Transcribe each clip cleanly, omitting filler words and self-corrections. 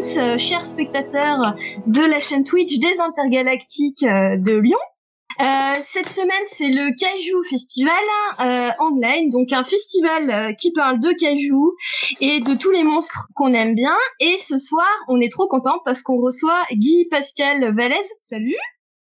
tous, chers spectateurs de la chaîne Twitch des Intergalactiques de Lyon. Cette semaine, c'est le Kaiju Festival online, donc un festival qui parle de kaiju et de tous les monstres qu'on aime bien. Et ce soir, on est trop content parce qu'on reçoit Guy Pascal Vallès. Salut.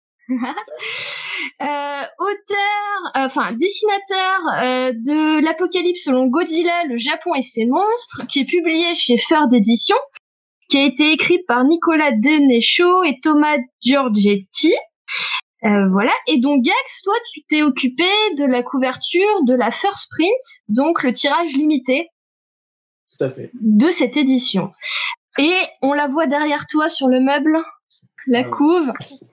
Dessinateur de l'Apocalypse selon Godzilla, le Japon et ses monstres, qui est publié chez Ferd Éditions, qui a été écrit par Nicolas Denechaud et Thomas Giorgetti. Voilà. Et donc, Gax, toi, tu t'es occupé de la couverture de la First Print, donc le tirage limité. Tout à fait. De cette édition. Et on la voit derrière toi sur le meuble. La couve.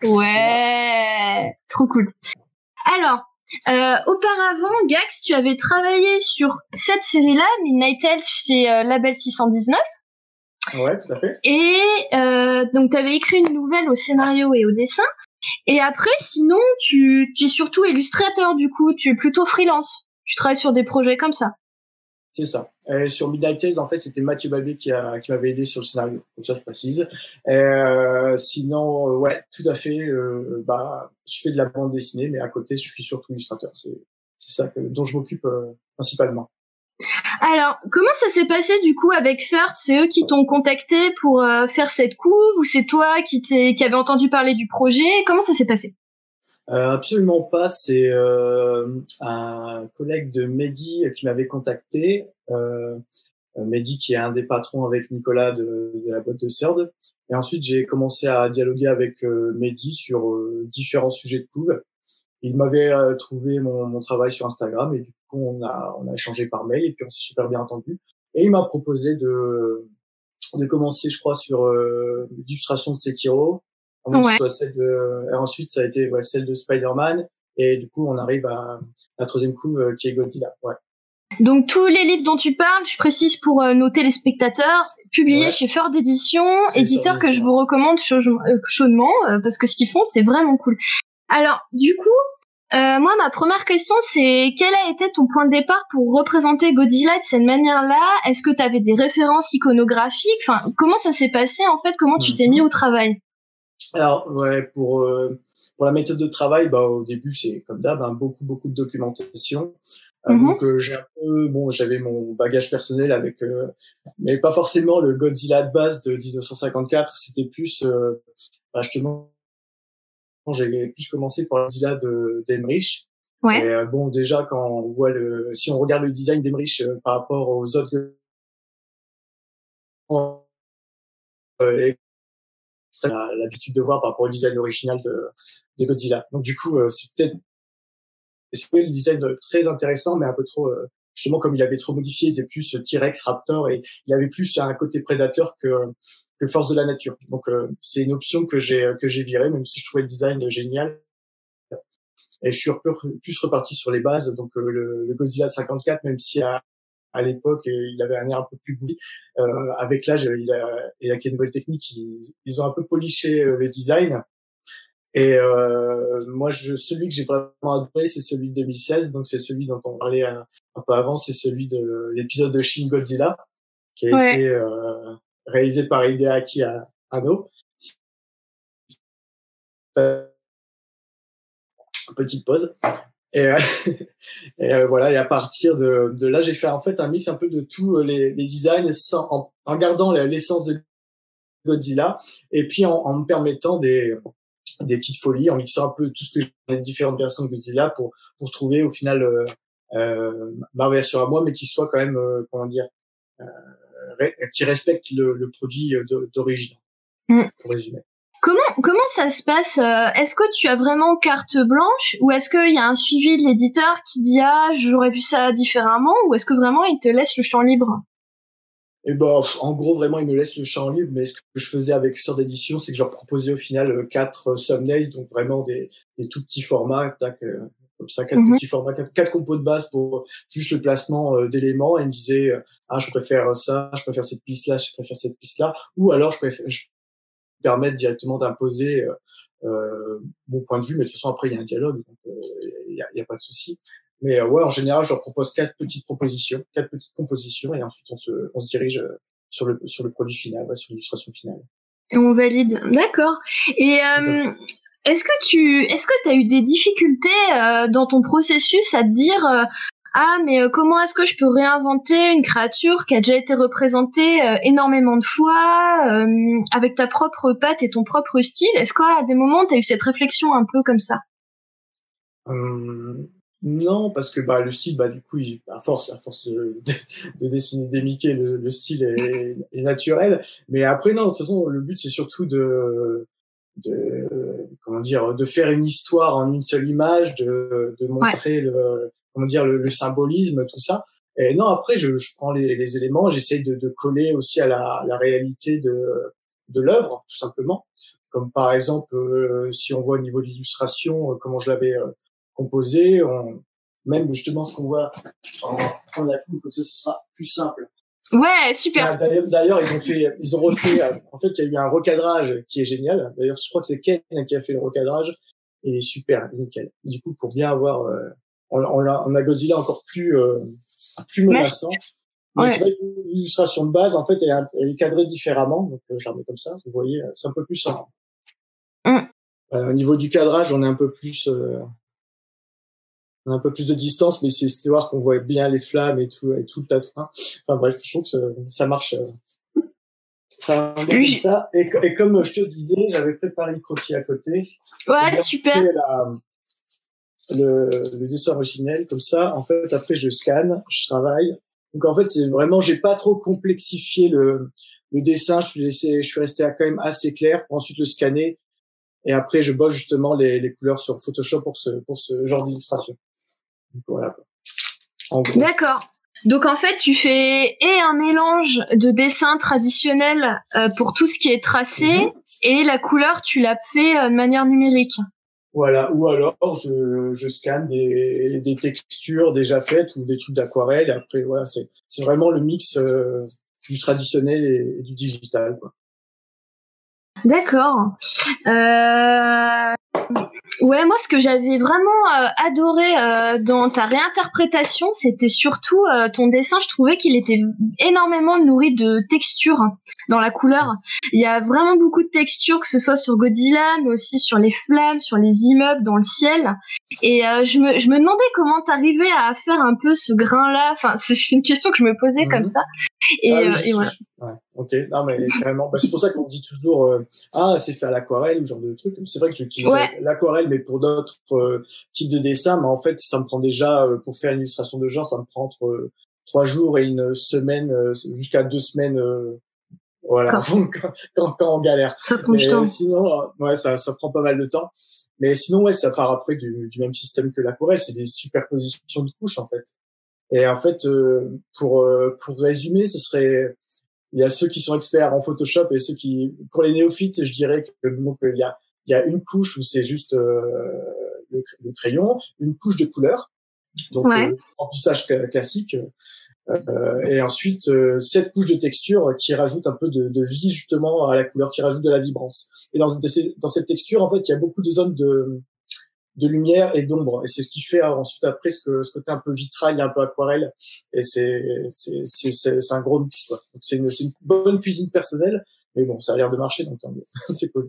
Ouais. Trop cool. Alors, auparavant, Gax, tu avais travaillé sur cette série-là, Midnight Tales, chez Label 619. Ouais, tout à fait. Et donc, tu avais écrit une nouvelle au scénario et au dessin. Et après, sinon, tu es surtout illustrateur, du coup. Tu es plutôt freelance. Tu travailles sur des projets comme ça. C'est ça. Sur Midnight Tales, en fait, c'était Mathieu Balbé qui m'avait aidé sur le scénario. Comme ça, je précise. Sinon, ouais, tout à fait. Je fais de la bande dessinée, mais à côté, je suis surtout illustrateur. C'est ça dont je m'occupe principalement. Alors, comment ça s'est passé du coup avec Ferd? C'est eux qui t'ont contacté pour faire cette couve ou c'est toi qui avait entendu parler du projet? Comment ça s'est passé? Absolument pas. C'est un collègue de Mehdi qui m'avait contacté. Mehdi qui est un des patrons avec Nicolas de la boîte de Serd. Et ensuite, j'ai commencé à dialoguer avec Mehdi sur différents sujets de couve. Il m'avait trouvé mon travail sur Instagram et du coup, on a échangé par mail et puis on s'est super bien entendu. Et il m'a proposé de commencer, je crois, sur l'illustration de Sekiro. Ensuite, ça a été celle de Spider-Man. Et du coup, on arrive à la troisième couve qui est Godzilla. Ouais. Donc, tous les livres dont tu parles, je précise pour nos téléspectateurs, publiés chez Ferd Éditions, éditeur que je vous recommande chaudement, parce que ce qu'ils font, c'est vraiment cool. Alors, du coup, moi, ma première question, c'est quel a été ton point de départ pour représenter Godzilla de cette manière-là? Est-ce que tu avais des références iconographiques? Enfin, comment ça s'est passé, en fait? Comment tu t'es mis au travail? Alors, ouais, pour la méthode de travail, au début, c'est comme d'hab, beaucoup de documentation. Donc, j'avais mon bagage personnel avec, mais pas forcément le Godzilla de base de 1954. C'était plus, justement, j'avais plus commencé par le Godzilla d'Emmerich. Ouais. Et déjà quand on voit si on regarde le design d'Emmerich par rapport aux autres l'habitude de voir par rapport au design original de Godzilla. Donc du coup, c'est le design très intéressant, mais un peu trop justement comme il avait trop modifié, il était plus T-Rex, Raptor, et il avait plus un côté prédateur que force de la nature. Donc c'est une option que j'ai virée, même si je trouvais le design génial. Et je suis plus reparti sur les bases, donc le Godzilla de 54, même si à l'époque il avait un air un peu plus bouffi. Avec l'âge, et avec les nouvelles techniques, ils ont un peu poliché le design. Et moi, celui que j'ai vraiment adoré, c'est celui de 2016. Donc c'est celui dont on parlait un peu avant, c'est celui de l'épisode de Shin Godzilla, qui a été réalisé par Hideaki Anno. Petite pause. Et voilà, et à partir de là, j'ai fait en fait un mix un peu de tous les designs en gardant l'essence de Godzilla, et puis en me permettant des petites folies, en mixant un peu tout ce que j'ai, les différentes versions de Godzilla pour trouver au final ma version à moi, mais qui soit quand même qui respecte le produit d'origine. Pour résumer. Comment ça se passe? Est-ce que tu as vraiment carte blanche ou est-ce qu'il y a un suivi de l'éditeur qui dit j'aurais vu ça différemment, ou est-ce que vraiment il te laisse le champ libre? Et en gros, vraiment, il me laisse le champ libre, mais ce que je faisais avec Sord d'édition, c'est que je leur proposais au final 4 thumbnails, donc vraiment des tout petits formats, comme ça, 4 petits formats, 4 compos de base pour juste le placement d'éléments, et ils me disaient je préfère ça, je préfère cette piste-là, je préfère cette piste-là, ou alors je permettre directement d'imposer mon point de vue, mais de toute façon après il y a un dialogue, donc il y a pas de souci. Mais en général, je leur propose 4 petites compositions, et ensuite on se dirige le produit final, sur l'illustration finale. Et on valide, d'accord. Et est-ce que tu as eu des difficultés dans ton processus à te dire mais comment est-ce que je peux réinventer une créature qui a déjà été représentée énormément de fois avec ta propre patte et ton propre style? Est-ce qu'à des moments tu as eu cette réflexion un peu comme ça? Non, parce que le style, du coup, à force de dessiner des Mickey, le style est naturel. Mais après, non, de toute façon, le but c'est surtout de faire une histoire en une seule image, de montrer le symbolisme, tout ça. Et non, après, je prends les éléments, j'essaie de coller aussi à la réalité de l'œuvre, tout simplement. Comme par exemple, si on voit au niveau de l'illustration, comment je l'avais composé, même justement ce qu'on voit en la coupe, comme ça, ce sera plus simple. Ouais, super. D'ailleurs, ils ont refait, en fait, il y a eu un recadrage qui est génial. D'ailleurs, je crois que c'est Ken qui a fait le recadrage. Il est super, nickel. Du coup, pour bien avoir, on a Godzilla encore plus menaçant. Mais c'est vrai que l'illustration de base, en fait, elle est cadrée différemment. Donc, je la remets comme ça. Vous voyez, c'est un peu plus simple. Au niveau du cadrage, on a un peu plus de distance, mais c'est histoire qu'on voit bien les flammes et tout le tatouage. Enfin bref, je trouve que ça marche. Ça marche comme ça. Et comme je te disais, j'avais préparé le croquis à côté. Ouais, super. Le dessin originel, comme ça. En fait, après, je scanne, je travaille. Donc en fait, c'est vraiment, j'ai pas trop complexifié le dessin. Je suis resté quand même assez clair pour ensuite le scanner. Et après, je bosse justement les couleurs sur Photoshop pour ce genre d'illustration. Voilà. D'accord. Donc en fait, tu fais un mélange de dessin traditionnel pour tout ce qui est tracé et la couleur, tu l'as fait de manière numérique. Voilà. Ou alors, je scanne des textures déjà faites ou des trucs d'aquarelle. Et après, voilà, c'est vraiment le mix du traditionnel et du digital, quoi. D'accord. Ouais, moi, ce que j'avais vraiment adoré dans ta réinterprétation, c'était surtout ton dessin. Je trouvais qu'il était énormément nourri de textures dans la couleur. Il y a vraiment beaucoup de textures, que ce soit sur Godzilla, mais aussi sur les flammes, sur les immeubles, dans le ciel. Et je me demandais comment t'arrivais à faire un peu ce grain-là. Enfin, c'est une question que je me posais comme ça. Et voilà. Ouais, ok. Non, mais carrément. C'est pour ça qu'on dit toujours, c'est fait à l'aquarelle ou ce genre de truc. C'est vrai que j'utilise l'aquarelle, mais pour d'autres types de dessins. Mais en fait, ça me prend déjà, pour faire une illustration de genre, ça me prend entre 3 jours et une semaine, jusqu'à 2 semaines, voilà. quand on galère. Ça prend du temps. Sinon, ça prend pas mal de temps. Mais sinon, ça part après du même système que l'aquarelle. C'est des superpositions de couches, en fait. Et en fait, pour résumer, il y a ceux qui sont experts en Photoshop et pour les néophytes, je dirais que donc il y a une couche où c'est juste le crayon, une couche de couleur, donc remplissage classique, et ensuite 7 couches de texture qui rajoutent un peu de vie justement à la couleur, qui rajoute de la vibrance. Et dans cette texture, en fait, il y a beaucoup de zones de lumière et d'ombre, et c'est ce qui fait ensuite après ce côté un peu vitrail, un peu aquarelle, et c'est un gros mix, quoi. Donc c'est une bonne cuisine personnelle, mais bon, ça a l'air de marcher, donc tant mieux. C'est cool.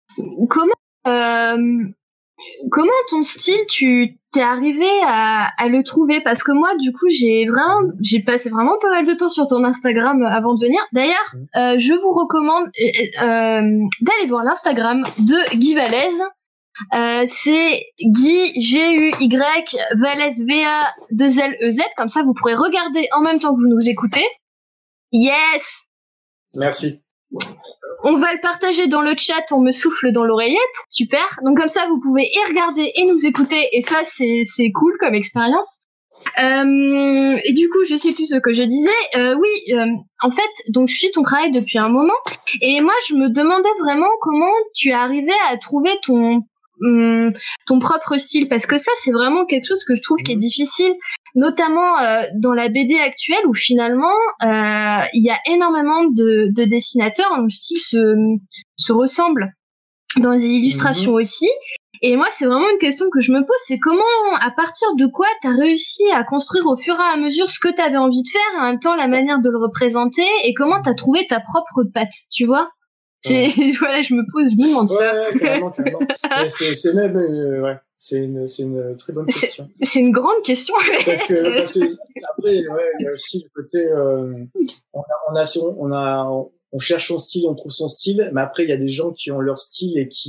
Comment ton style, tu t'es arrivé à le trouver? Parce que moi, du coup, j'ai passé vraiment pas mal de temps sur ton Instagram avant de venir. D'ailleurs, je vous recommande d'aller voir l'Instagram de Guy Vallès. C'est Guy, G-U-Y, Vallès, V-A-2-L-E-Z. Comme ça, vous pourrez regarder en même temps que vous nous écoutez. Yes! Merci. On va le partager dans le chat, on me souffle dans l'oreillette. Super. Donc comme ça, vous pouvez y regarder et nous écouter. Et ça, c'est cool comme expérience. Et du coup, je sais plus ce que je disais. En fait, donc je suis ton travail depuis un moment. Et moi, je me demandais vraiment comment tu arrivais à trouver ton propre style, parce que ça, c'est vraiment quelque chose que je trouve qui est difficile, notamment dans la BD actuelle où finalement il y a énormément de dessinateurs dont le style se ressemble dans les illustrations aussi. Et moi, c'est vraiment une question que je me pose, c'est comment, à partir de quoi t'as réussi à construire au fur et à mesure ce que t'avais envie de faire, et en même temps la manière de le représenter, et comment t'as trouvé ta propre patte, tu vois? C'est, voilà, je me demande ça. Ouais, carrément. Mais c'est même, ouais, c'est une très bonne question. C'est une grande question. Parce que après, ouais, il y a aussi le côté, on cherche son style, on trouve son style, mais après il y a des gens qui ont leur style et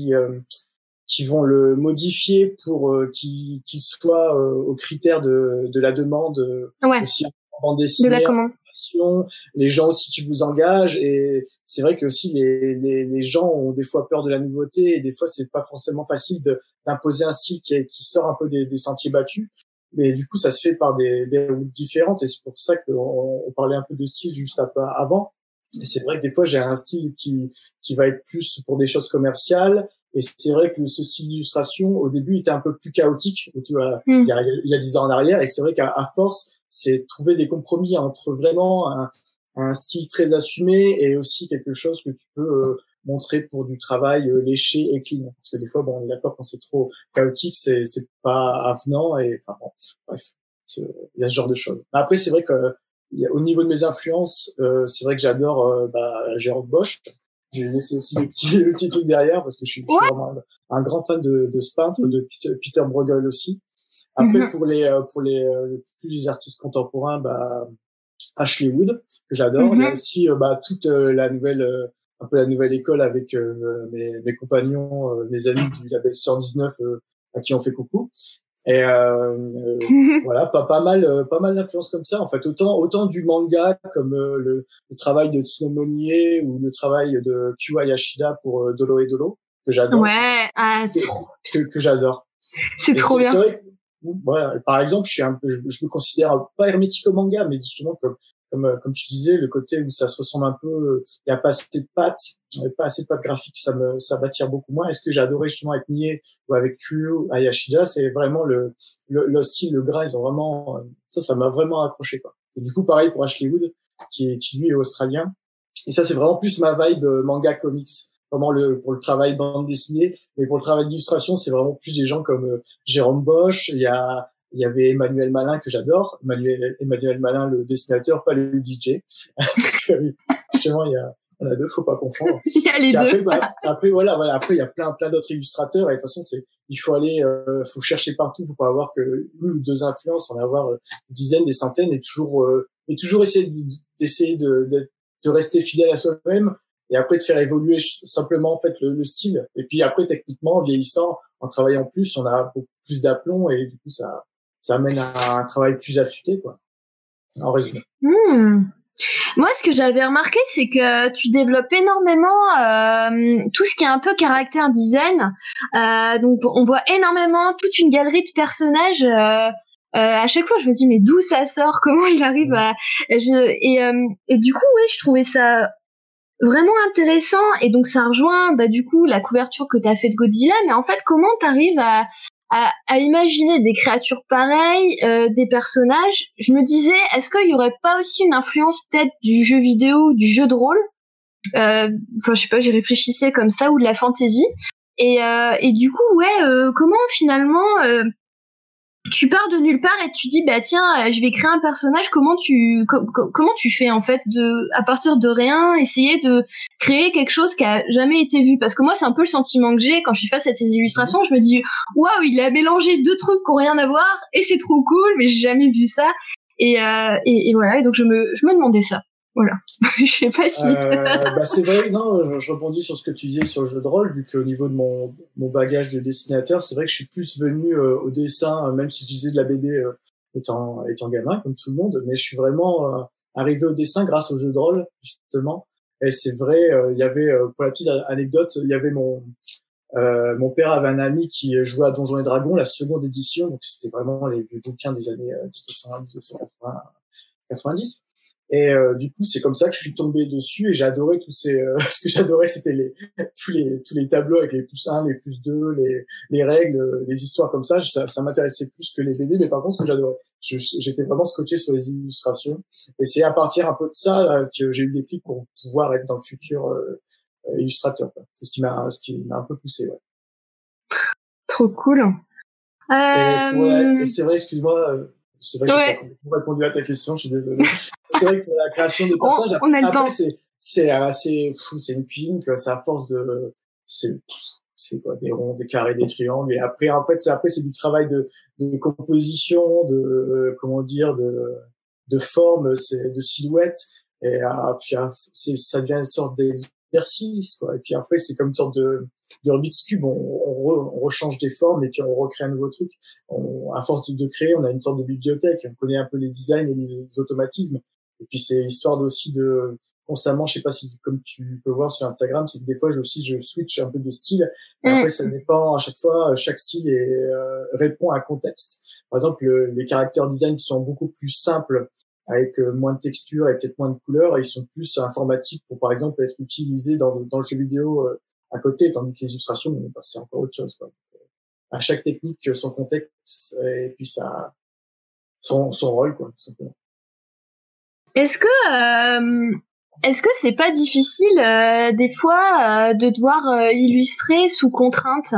qui vont le modifier pour qu'il soit aux critères de la demande, Ouais. aussi en bande dessinée, en animation, les gens aussi qui vous engagent. Et c'est vrai que aussi les gens ont des fois peur de la nouveauté, et des fois c'est pas forcément facile d'imposer un style qui sort un peu des sentiers battus. Mais du coup, ça se fait par des routes différentes, et c'est pour ça qu'on parlait un peu de style juste avant. Et c'est vrai que des fois, j'ai un style qui va être plus pour des choses commerciales. Et c'est vrai que ce style d'illustration, au début, était un peu plus chaotique, il y a 10 ans en arrière. Et c'est vrai qu'à force, c'est trouver des compromis entre vraiment un style très assumé et aussi quelque chose que tu peux montrer pour du travail léché et clean. Parce que des fois, bon, on est d'accord, quand c'est trop chaotique, c'est pas avenant. Et enfin bon, bref, il y a ce genre de choses. Après, c'est vrai que au niveau de mes influences, c'est vrai que j'adore Jérôme Bosch. J'ai laissé aussi le petit truc derrière parce que je suis vraiment un grand fan de ce peintre, de Peter Bruegel aussi. Après, pour les plus les artistes contemporains, Ashley Wood, que j'adore. Il y a aussi toute la nouvelle un peu la nouvelle école avec mes compagnons, mes amis du label 119 à qui on fait coucou. Et voilà, pas mal d'influences comme ça. En fait, autant du manga comme le travail de Tsunobu Monie ou le travail de Kyu Hayashida pour Dolo et Dolo, que j'adore. Ouais, que j'adore. C'est trop bien. C'est vrai que, voilà, par exemple, je me considère pas hermétique au manga, mais justement comme tu disais, le côté où ça se ressemble un peu, il y a pas assez de pattes graphiques, ça m'attire beaucoup moins. Est-ce que j'ai adoré justement avec Nie ou avec Kyu Hayashida, c'est vraiment le style, le grain, ils ont vraiment, ça m'a vraiment accroché, quoi. Et du coup, pareil pour Ashley Wood, qui lui est australien. Et ça, c'est vraiment plus ma vibe manga comics. Vraiment pour le travail bande dessinée, mais pour le travail d'illustration, c'est vraiment plus des gens comme Jérôme Bosch. Il y avait Emmanuel Malin que j'adore. Emmanuel Malin, le dessinateur, pas le DJ. Parce que justement, il y en a deux, faut pas confondre. Il y a les deux. Après, voilà. Après, il y a plein d'autres illustrateurs. Et de toute façon, il faut aller, faut chercher partout. Faut pas avoir que une ou deux influences, en avoir des dizaines, des centaines, et toujours essayer d'essayer de rester fidèle à soi-même. Et après de faire évoluer simplement en fait le style. Et puis après, techniquement, en vieillissant, en travaillant plus, on a beaucoup plus d'aplomb, et du coup ça amène à un travail plus affûté, quoi. En résumé. Moi, ce que j'avais remarqué, c'est que tu développes énormément tout ce qui est un peu caractère design. Donc, on voit énormément toute une galerie de personnages. À chaque fois, je me dis, mais d'où ça sort? Comment il arrive à... Et du coup, oui, je trouvais ça vraiment intéressant. Et donc, ça rejoint, du coup, la couverture que tu as fait de Godzilla. Mais en fait, comment t'arrives à imaginer des créatures pareilles, des personnages? Je me disais, est-ce qu'il y aurait pas aussi une influence peut-être du jeu vidéo ou du jeu de rôle? Enfin, je sais pas, j'y réfléchissais comme ça, ou de la fantasy. Et du coup, comment finalement tu pars de nulle part et tu dis tiens, je vais créer un personnage. Comment tu fais en fait à partir de rien, essayer de créer quelque chose qui a jamais été vu? Parce que moi, c'est un peu le sentiment que j'ai quand je suis face à tes illustrations. Je me dis waouh, il a mélangé deux trucs qui ont rien à voir et c'est trop cool, mais j'ai jamais vu ça. Et voilà. Et donc je me demandais ça. Voilà. Je sais pas si. C'est vrai, non, je rebondis sur ce que tu disais sur le jeu de rôle, vu qu'au niveau de mon bagage de dessinateur, c'est vrai que je suis plus venu au dessin, même si je disais de la BD étant gamin, comme tout le monde, mais je suis vraiment arrivé au dessin grâce au jeu de rôle, justement. Et c'est vrai, il y avait, pour la petite anecdote, il y avait mon père avait un ami qui jouait à Donjons et Dragons, la seconde édition, donc c'était vraiment les vieux bouquins des années 1980, 90. Et du coup, c'est comme ça que je suis tombé dessus, et j'ai adoré tous ces ce que j'adorais, c'était tous les tableaux avec les plus 1, les plus 2, les règles, les histoires comme ça. Ça m'intéressait plus que les BD, mais par contre, ce que j'adorais, j'étais vraiment scotché sur les illustrations, et c'est à partir un peu de ça que j'ai eu des clics pour pouvoir être dans le futur illustrateur, quoi. C'est ce qui m'a un peu poussé, ouais. Trop cool. Et c'est vrai, excuse-moi, c'est vrai que j'ai pas complètement répondu à ta question, je suis désolé. C'est vrai que pour la création des personnages, on a le temps. C'est une cuisine, que c'est à force de, c'est quoi, des ronds, des carrés, des triangles, et après, en fait, c'est du travail de composition, comment dire, de forme, de silhouette, et puis ça devient une sorte d'exercice, quoi. Et puis après, c'est comme une sorte de Rubik's Cube, on rechange des formes et puis on recrée un nouveau truc. À force de créer, on a une sorte de bibliothèque. On connaît un peu les designs et les automatismes. Et puis c'est histoire aussi de constamment, je sais pas si comme tu peux voir sur Instagram, c'est que des fois je switch un peu de style. Et après ça dépend à chaque fois, chaque style répond à un contexte. Par exemple, les caractères design qui sont beaucoup plus simples, avec moins de texture et peut-être moins de couleurs, ils sont plus informatifs pour par exemple être utilisés dans le jeu vidéo à côté, tandis que les illustrations, c'est encore autre chose, quoi. À chaque technique, son contexte et puis son rôle, quoi, tout simplement. Est-ce que c'est pas difficile des fois de devoir illustrer sous contrainte?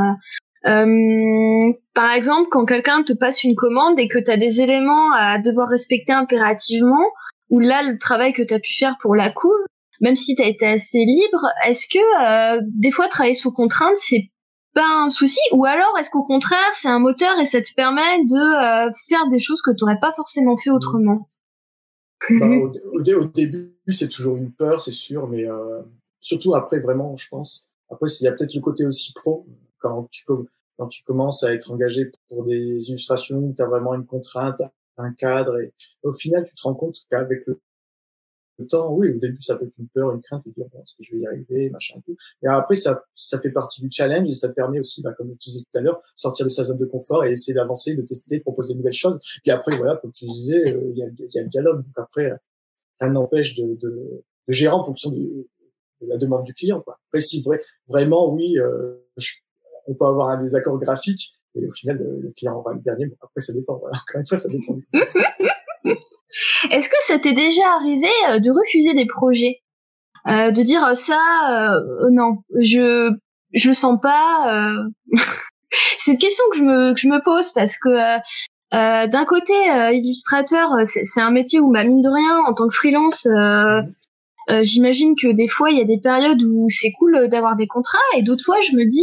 Par exemple, quand quelqu'un te passe une commande et que tu as des éléments à devoir respecter impérativement, ou là le travail que tu as pu faire pour la couve, même si tu as été assez libre, est-ce que des fois travailler sous contrainte c'est pas un souci, ou alors est-ce qu'au contraire c'est un moteur et ça te permet de faire des choses que tu n'aurais pas forcément fait autrement? Au début c'est toujours une peur, c'est sûr, mais surtout après, vraiment, je pense, après il y a peut-être le côté aussi pro quand tu commences à être engagé pour des illustrations où tu as vraiment une contrainte, un cadre, et au final tu te rends compte qu'avec le temps, oui, au début, ça peut être une peur, une crainte de dire, bon, est-ce que je vais y arriver, machin, tout. Et après, ça fait partie du challenge et ça te permet aussi, comme je disais tout à l'heure, sortir de sa zone de confort et essayer d'avancer, de tester, de proposer de nouvelles choses. Puis après, voilà, comme tu disais, il y a le dialogue. Donc après, rien n'empêche de gérer en fonction de la demande du client, quoi. Après, si vraiment, oui, on peut avoir un désaccord graphique, et au final, le client aura le dernier. Bon, après, ça dépend, voilà. Encore une fois, ça dépend du contexte. Est-ce que ça t'est déjà arrivé de refuser des projets, de dire non, je le sens pas. C'est une question que je me pose parce que d'un côté, illustrateur, c'est un métier où, mine de rien, en tant que freelance, j'imagine que des fois il y a des périodes où c'est cool d'avoir des contrats, et d'autres fois je me dis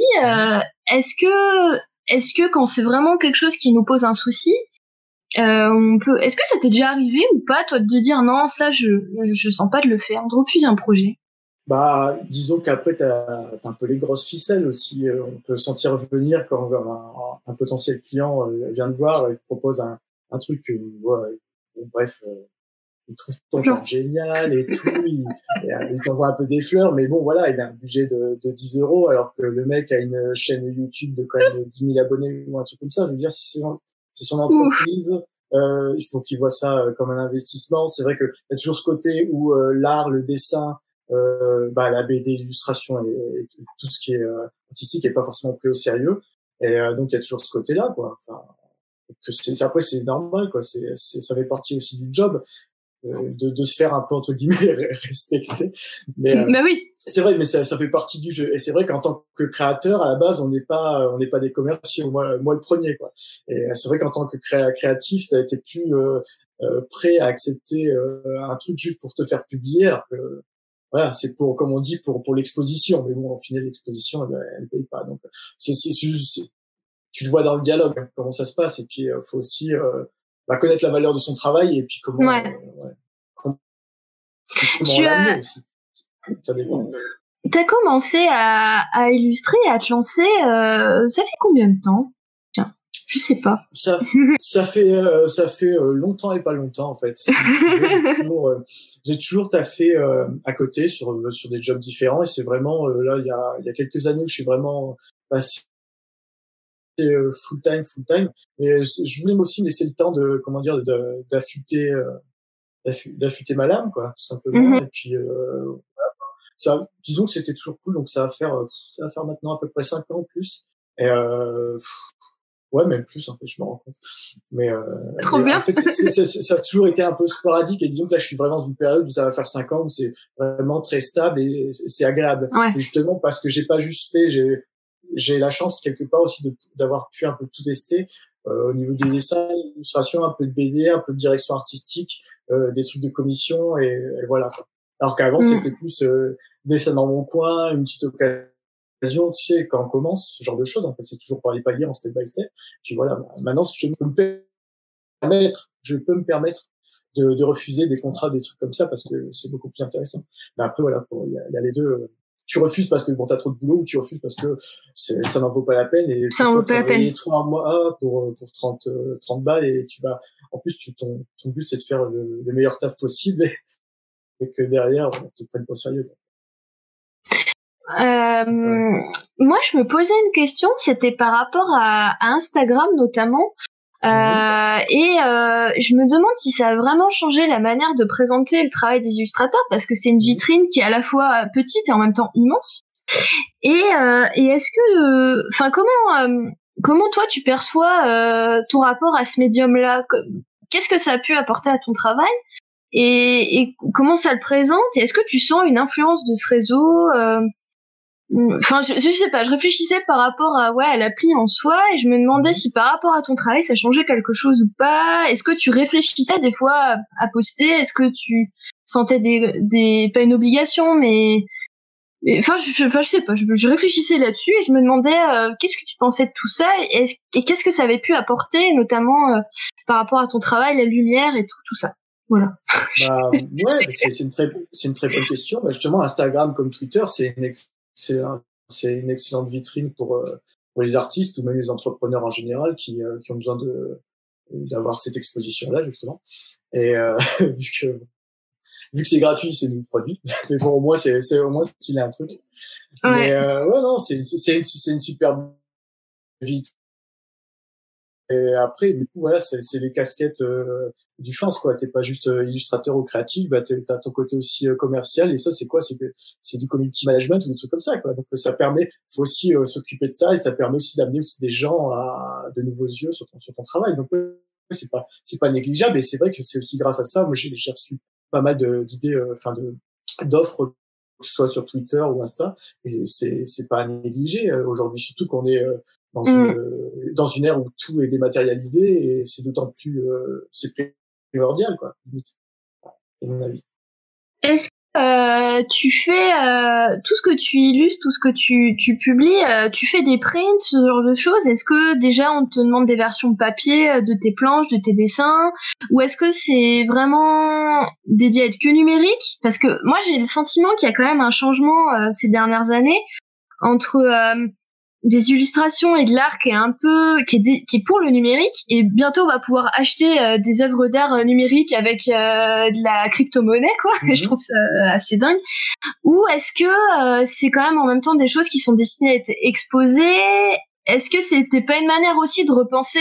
est-ce que quand c'est vraiment quelque chose qui nous pose un souci, est-ce que ça t'est déjà arrivé ou pas, toi, de dire non, ça je sens pas de le faire, de refuser un projet? Disons qu'après t'as un peu les grosses ficelles aussi. On peut sentir venir quand un potentiel client vient te voir et te propose un truc, bref, il trouve ton genre génial et tout, il t'envoie un peu des fleurs, mais bon, voilà, il a un budget de 10 euros, alors que le mec a une chaîne YouTube de quand même 10 000 abonnés ou un truc comme ça. Je veux dire, si c'est son entreprise, il faut qu'il voit ça comme un investissement. C'est vrai que il y a toujours ce côté où l'art, le dessin, la BD, l'illustration et tout ce qui est artistique est pas forcément pris au sérieux. Et donc il y a toujours ce côté-là, quoi. Enfin, après c'est normal, quoi. Ça fait partie aussi du job. De se faire un peu entre guillemets respecter, mais oui, c'est vrai, mais ça fait partie du jeu. Et c'est vrai qu'en tant que créateur, à la base, on n'est pas des commerciaux, moi le premier, quoi. Et c'est vrai qu'en tant que créatif, t'as été plus prêt à accepter un truc juste pour te faire publier, alors que voilà, c'est pour, comme on dit, pour l'exposition. Mais bon, au final, l'exposition, elle paye pas. Donc tu le vois dans le dialogue, hein, comment ça se passe. Et puis faut aussi connaître la valeur de son travail et puis comment l'amener aussi. Ça dépend. T'as commencé à illustrer et à te lancer, ça fait combien de temps? Tiens, je sais pas. Ça fait longtemps et pas longtemps, en fait. J'ai toujours taffé à côté sur des jobs différents, et c'est vraiment là il y a quelques années où je suis vraiment passé full time, et je voulais aussi me laisser le temps de d'affûter ma lame, quoi, tout simplement. Et puis disons que c'était toujours cool, donc ça va faire maintenant à peu près 5 ans en plus, et même plus, en fait, je me rends compte. Mais trop bien. En fait, ça a toujours été un peu sporadique, et disons que là je suis vraiment dans une période où ça va faire 5 ans où c'est vraiment très stable et c'est agréable. Ouais. Et justement parce que j'ai pas juste fait j'ai la chance quelque part aussi d'avoir pu un peu tout tester. Au niveau des dessins, l'illustration, un peu de BD, un peu de direction artistique, des trucs de commission et voilà. Alors qu'avant, c'était plus dessin dans mon coin, une petite occasion, tu sais, quand on commence, ce genre de choses, en fait, c'est toujours par les paliers en step by step. Puis voilà, maintenant, je peux me permettre de refuser des contrats, des trucs comme ça, parce que c'est beaucoup plus intéressant. Mais après, voilà, il y a les deux. Tu refuses parce que bon, t'as trop de boulot, ou tu refuses parce que ça n'en vaut pas la peine, et ça n'en vaut pas la peine. 3 mois pour 30 balles, et tu vas, en plus, ton but, c'est de faire le meilleur taf possible, et que derrière, on te prenne pas au sérieux. Moi, je me posais une question, c'était par rapport à Instagram notamment. Je me demande si ça a vraiment changé la manière de présenter le travail des illustrateurs, parce que c'est une vitrine qui est à la fois petite et en même temps immense. Et est-ce que, enfin, comment toi tu perçois ton rapport à ce médium-là? Qu'est-ce que ça a pu apporter à ton travail? Et comment ça le présente? Et est-ce que tu sens une influence de ce réseau? Enfin, je sais pas, je réfléchissais par rapport à l'appli en soi, et je me demandais si par rapport à ton travail ça changeait quelque chose ou pas. Est-ce que tu réfléchissais des fois à poster? Est-ce que tu sentais pas une obligation, mais enfin, je sais pas, je réfléchissais là-dessus et je me demandais qu'est-ce que tu pensais de tout ça, et qu'est-ce que ça avait pu apporter, notamment par rapport à ton travail, la lumière et tout ça. Voilà. Bah ouais, c'est une très bonne question. Bah, justement, Instagram comme Twitter, c'est une excellente vitrine pour les artistes ou même les entrepreneurs en général qui ont besoin d'avoir cette exposition-là, justement. Et vu que c'est gratuit, c'est du produit. Mais bon, au moins au moins qu'il a un truc. Ouais. Mais ouais, non, c'est une superbe vitrine. Et après, du coup, voilà, c'est les casquettes du freelance, quoi. T'es pas juste illustrateur ou créatif, bah t'as ton côté aussi commercial. Et ça, c'est quoi? C'est du community management ou des trucs comme ça, quoi. Donc ça permet, faut aussi s'occuper de ça, et ça permet aussi d'amener aussi des gens à de nouveaux yeux sur ton travail. Donc c'est pas négligeable. Et c'est vrai que c'est aussi grâce à ça, moi j'ai reçu pas mal d'idées, d'offres, que ce soit sur Twitter ou Insta, et c'est pas à négliger aujourd'hui, surtout qu'on est dans une ère où tout est dématérialisé, et c'est d'autant plus c'est primordial, quoi. C'est mon avis. Est-ce que tu fais tout ce que tu illustres, tout ce que tu publies, tu fais des prints, ce genre de choses? Est-ce que déjà on te demande des versions papier de tes planches, de tes dessins, ou est-ce que c'est vraiment dédié à être que numérique? Parce que moi j'ai le sentiment qu'il y a quand même un changement ces dernières années entre des illustrations et de l'art qui est pour le numérique, et bientôt on va pouvoir acheter des œuvres d'art numériques avec de la crypto-monnaie, quoi. Je trouve ça assez dingue. Ou est-ce que c'est quand même en même temps des choses qui sont destinées à être exposées? Est-ce que c'était pas une manière aussi de repenser,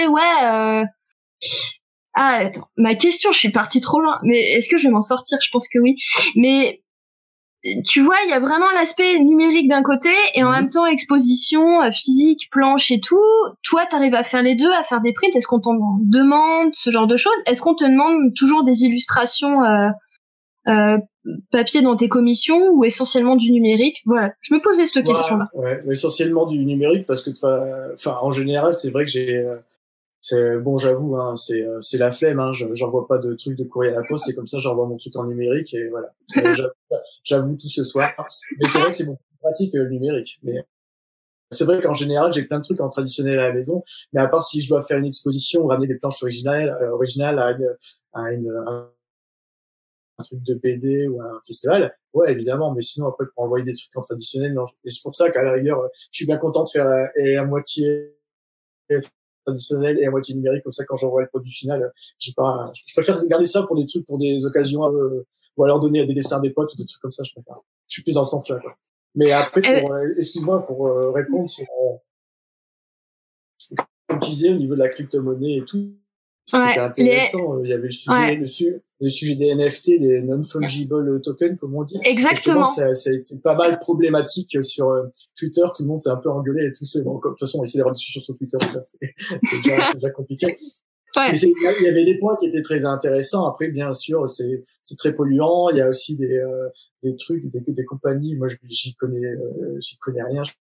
ah, attends, ma question, je suis partie trop loin, mais est-ce que je vais m'en sortir? Je pense que oui. Mais tu vois, il y a vraiment l'aspect numérique d'un côté, et en même temps exposition physique, planche et tout. Toi, t'arrives à faire les deux, à faire des prints. Est-ce qu'on t'en demande ce genre de choses? Est-ce qu'on te demande toujours des illustrations papier dans tes commissions, ou essentiellement du numérique? Voilà, je me posais cette question-là. Ouais, essentiellement du numérique, parce que enfin en général, c'est vrai que c'est bon, j'avoue, hein, c'est la flemme, hein, j'envoie pas de trucs de courrier à la poste, c'est comme ça, j'envoie mon truc en numérique, et voilà. J'avoue tout ce soir. Mais c'est vrai que c'est beaucoup plus pratique le numérique. Mais c'est vrai qu'en général, j'ai plein de trucs en traditionnel à la maison, mais à part si je dois faire une exposition ou ramener des planches originales à un truc de BD ou à un festival, ouais, évidemment. Mais sinon, après, pour envoyer des trucs en traditionnel, non. Et c'est pour ça qu'à la rigueur, je suis bien content de faire à moitié traditionnel et à moitié numérique, comme ça, quand j'envoie le produit final, je préfère garder ça pour des trucs, pour des occasions, ou alors donner des dessins à des potes ou des trucs comme ça, je suis plus dans ce sens-là, quoi. Mais après, excuse-moi, pour répondre sur, comme tu disais, au niveau de la crypto-monnaie et tout, c'était intéressant. Il y avait le sujet des NFT, des non-fungible tokens, comme on dit. Exactement. Ça a été pas mal problématique sur Twitter. Tout le monde s'est un peu engueulé et tout. Bon, de toute façon, on essaie d'avoir des discussions sur Twitter. C'est déjà compliqué. Ouais. Mais il y avait des points qui étaient très intéressants. Après, bien sûr, c'est très polluant. Il y a aussi des trucs, des compagnies. Moi, j'y connais rien.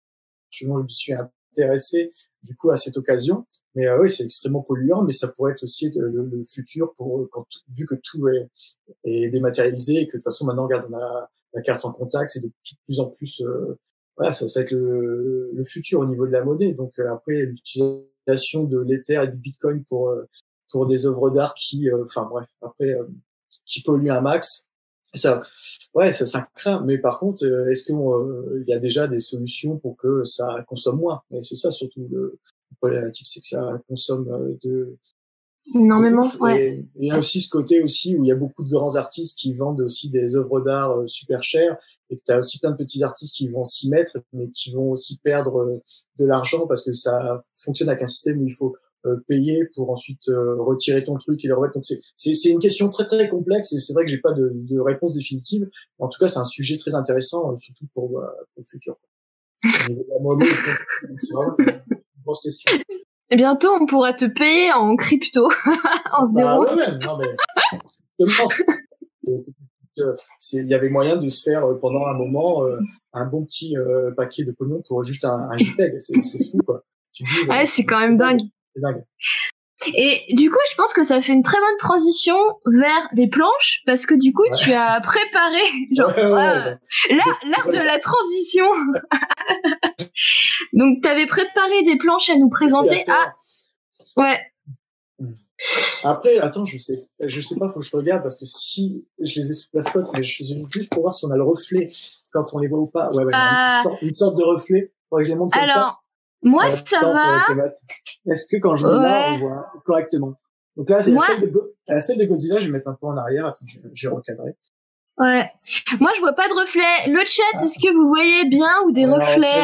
justement, je me suis intéressé du coup à cette occasion. Mais oui, c'est extrêmement polluant, mais ça pourrait être aussi le futur pour vu que tout est dématérialisé et que de toute façon maintenant, regarde, on a la carte sans contact, c'est de plus en plus voilà, ça va être le futur au niveau de la monnaie. Donc après, l'utilisation de l'Ether et du Bitcoin pour des œuvres d'art enfin bref, après qui polluent un max. Ça, ouais, ça craint. Mais par contre, est-ce qu'il y a déjà des solutions pour que ça consomme moins? Et c'est ça surtout le problématique, c'est que ça consomme énormément. ouf. Ouais. Et il y a aussi ce côté aussi où il y a beaucoup de grands artistes qui vendent aussi des œuvres d'art super chères, et que tu as aussi plein de petits artistes qui vont s'y mettre, mais qui vont aussi perdre de l'argent parce que ça fonctionne avec un système où il faut payer pour ensuite retirer ton truc et le remettre. Donc c'est une question très très complexe, et c'est vrai que j'ai pas de réponse définitive. En tout cas, c'est un sujet très intéressant, surtout pour le futur. Au niveau de la monnaie, c'est vraiment une grosse question. Et bientôt, on pourra te payer en crypto, en zéro. Bah ouais, non mais je pense il y avait moyen de se faire pendant un moment un bon petit paquet de pognon pour juste un JPEG. C'est fou quoi. Tu te dis, Ouais, c'est quand même dingue. C'est dingue. Et du coup, je pense que ça fait une très bonne transition vers des planches, parce que du coup, tu as préparé, genre, l'art de la transition. Donc, tu avais préparé des planches à nous présenter. Ouais. Après, attends, je sais pas, faut que je regarde, parce que si je les ai sous la spot, mais juste pour voir si on a le reflet quand on les voit ou pas. Ouais, une sorte de reflet. Faudrait que je les montre comme ça. Alors, moi, ça va. Est-ce que quand je mets là, on voit correctement? Donc là, celle de Godzilla, je vais mettre un peu en arrière. Attends, je vais recadrer. Ouais. Moi, je vois pas de reflet. Le chat, est-ce que vous voyez bien ou des reflets?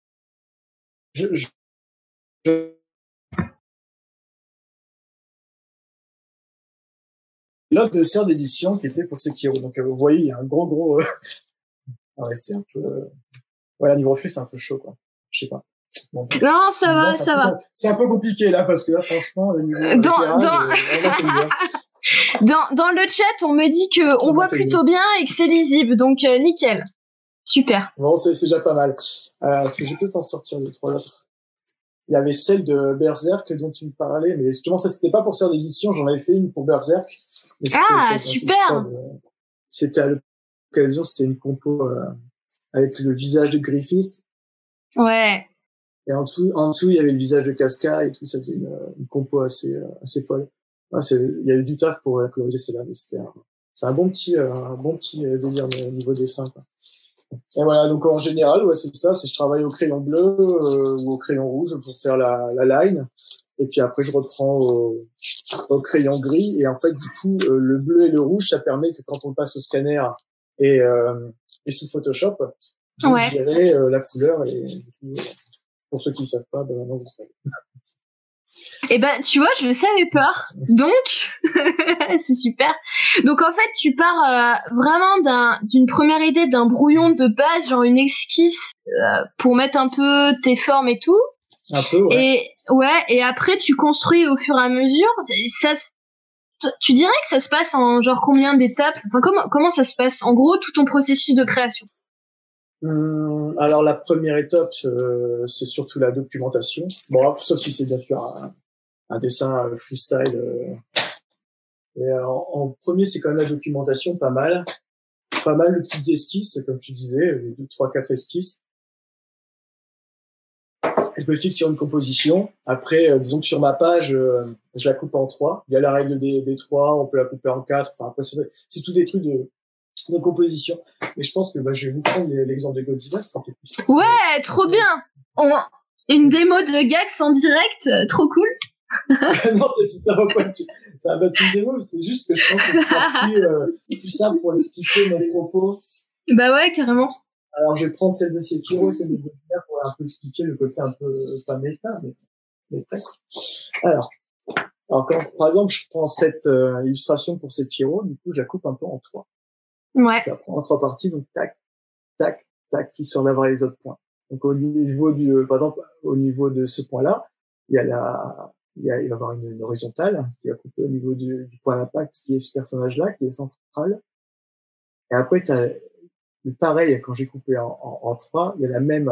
L'offre de sœur d'édition qui était pour Sekiro. Donc vous voyez, il y a un gros ouais, c'est un peu ouais, niveau reflet, c'est un peu chaud quoi. Je sais pas. Bon, non, ça va, ça va. C'est un peu compliqué là, parce que là franchement, le niveau dans le chat, on me dit que on voit plutôt bien et que c'est lisible. Donc nickel. Super. Bon, c'est déjà pas mal. Je peux t'en sortir deux, trois autres. Il y avait celle de Berserk dont tu me parlais, mais justement ça c'était pas pour sœur d'édition, j'en avais fait une pour Berserk. Super. C'était à l'occasion, c'était une compo avec le visage de Griffith. Ouais. Et en dessous, il y avait le visage de Casca et tout. Ça faisait une compo assez folle. Ouais, il y a eu du taf pour la coloriser celle-là, mais c'est un bon petit délire au niveau dessin, quoi. Et voilà, donc en général, ouais, c'est ça. Je travaille au crayon bleu ou au crayon rouge pour faire la line. Et puis après, je reprends au crayon gris. Et en fait, du coup, le bleu et le rouge, ça permet que quand on passe au scanner et sous Photoshop, de virer la couleur. Et du coup, pour ceux qui savent pas, ben maintenant vous savez. Eh ben, tu vois, je le savais pas. Donc, c'est super. Donc en fait, tu pars vraiment d'une première idée, d'un brouillon de base, genre une esquisse pour mettre un peu tes formes et tout. Un peu, ouais. Et après tu construis au fur et à mesure. Tu dirais que ça se passe en genre combien d'étapes? Enfin, comment ça se passe en gros tout ton processus de création? Alors la première étape, c'est surtout la documentation. Bon, sauf si c'est bien sûr un dessin freestyle. Et en premier, c'est quand même la documentation, pas mal le kit d'esquisses, comme tu disais, les 2, 3, 4 esquisses. Je me fixe sur une composition. Après, disons que sur ma page, je la coupe en 3. Il y a la règle des 3, on peut la couper en 4. Enfin, après, c'est tout des trucs de composition. Mais je pense que je vais vous prendre l'exemple de Godzilla, ça sera un peu plus. Ouais, trop bien. Une démo de Gax en direct, trop cool. Non, ça va pas être une démo, c'est juste que je pense que c'est plus simple pour expliquer mon propos. Bah ouais, carrément. Alors, je vais prendre celle de Sekiro et celle de Godzilla pour un peu expliquer le côté un peu, pas méta, mais presque. Alors par exemple, je prends cette illustration pour Sekiro, du coup, je la coupe un peu en 3. Ouais. Je la prends en 3 parties, donc tac, tac, tac, histoire d'avoir les autres points. Donc, par exemple, au niveau de ce point-là, il va y avoir une horizontale qui va couper au niveau du point d'impact, qui est ce personnage-là, qui est central. Et après, pareil, quand j'ai coupé en 3, il y a la même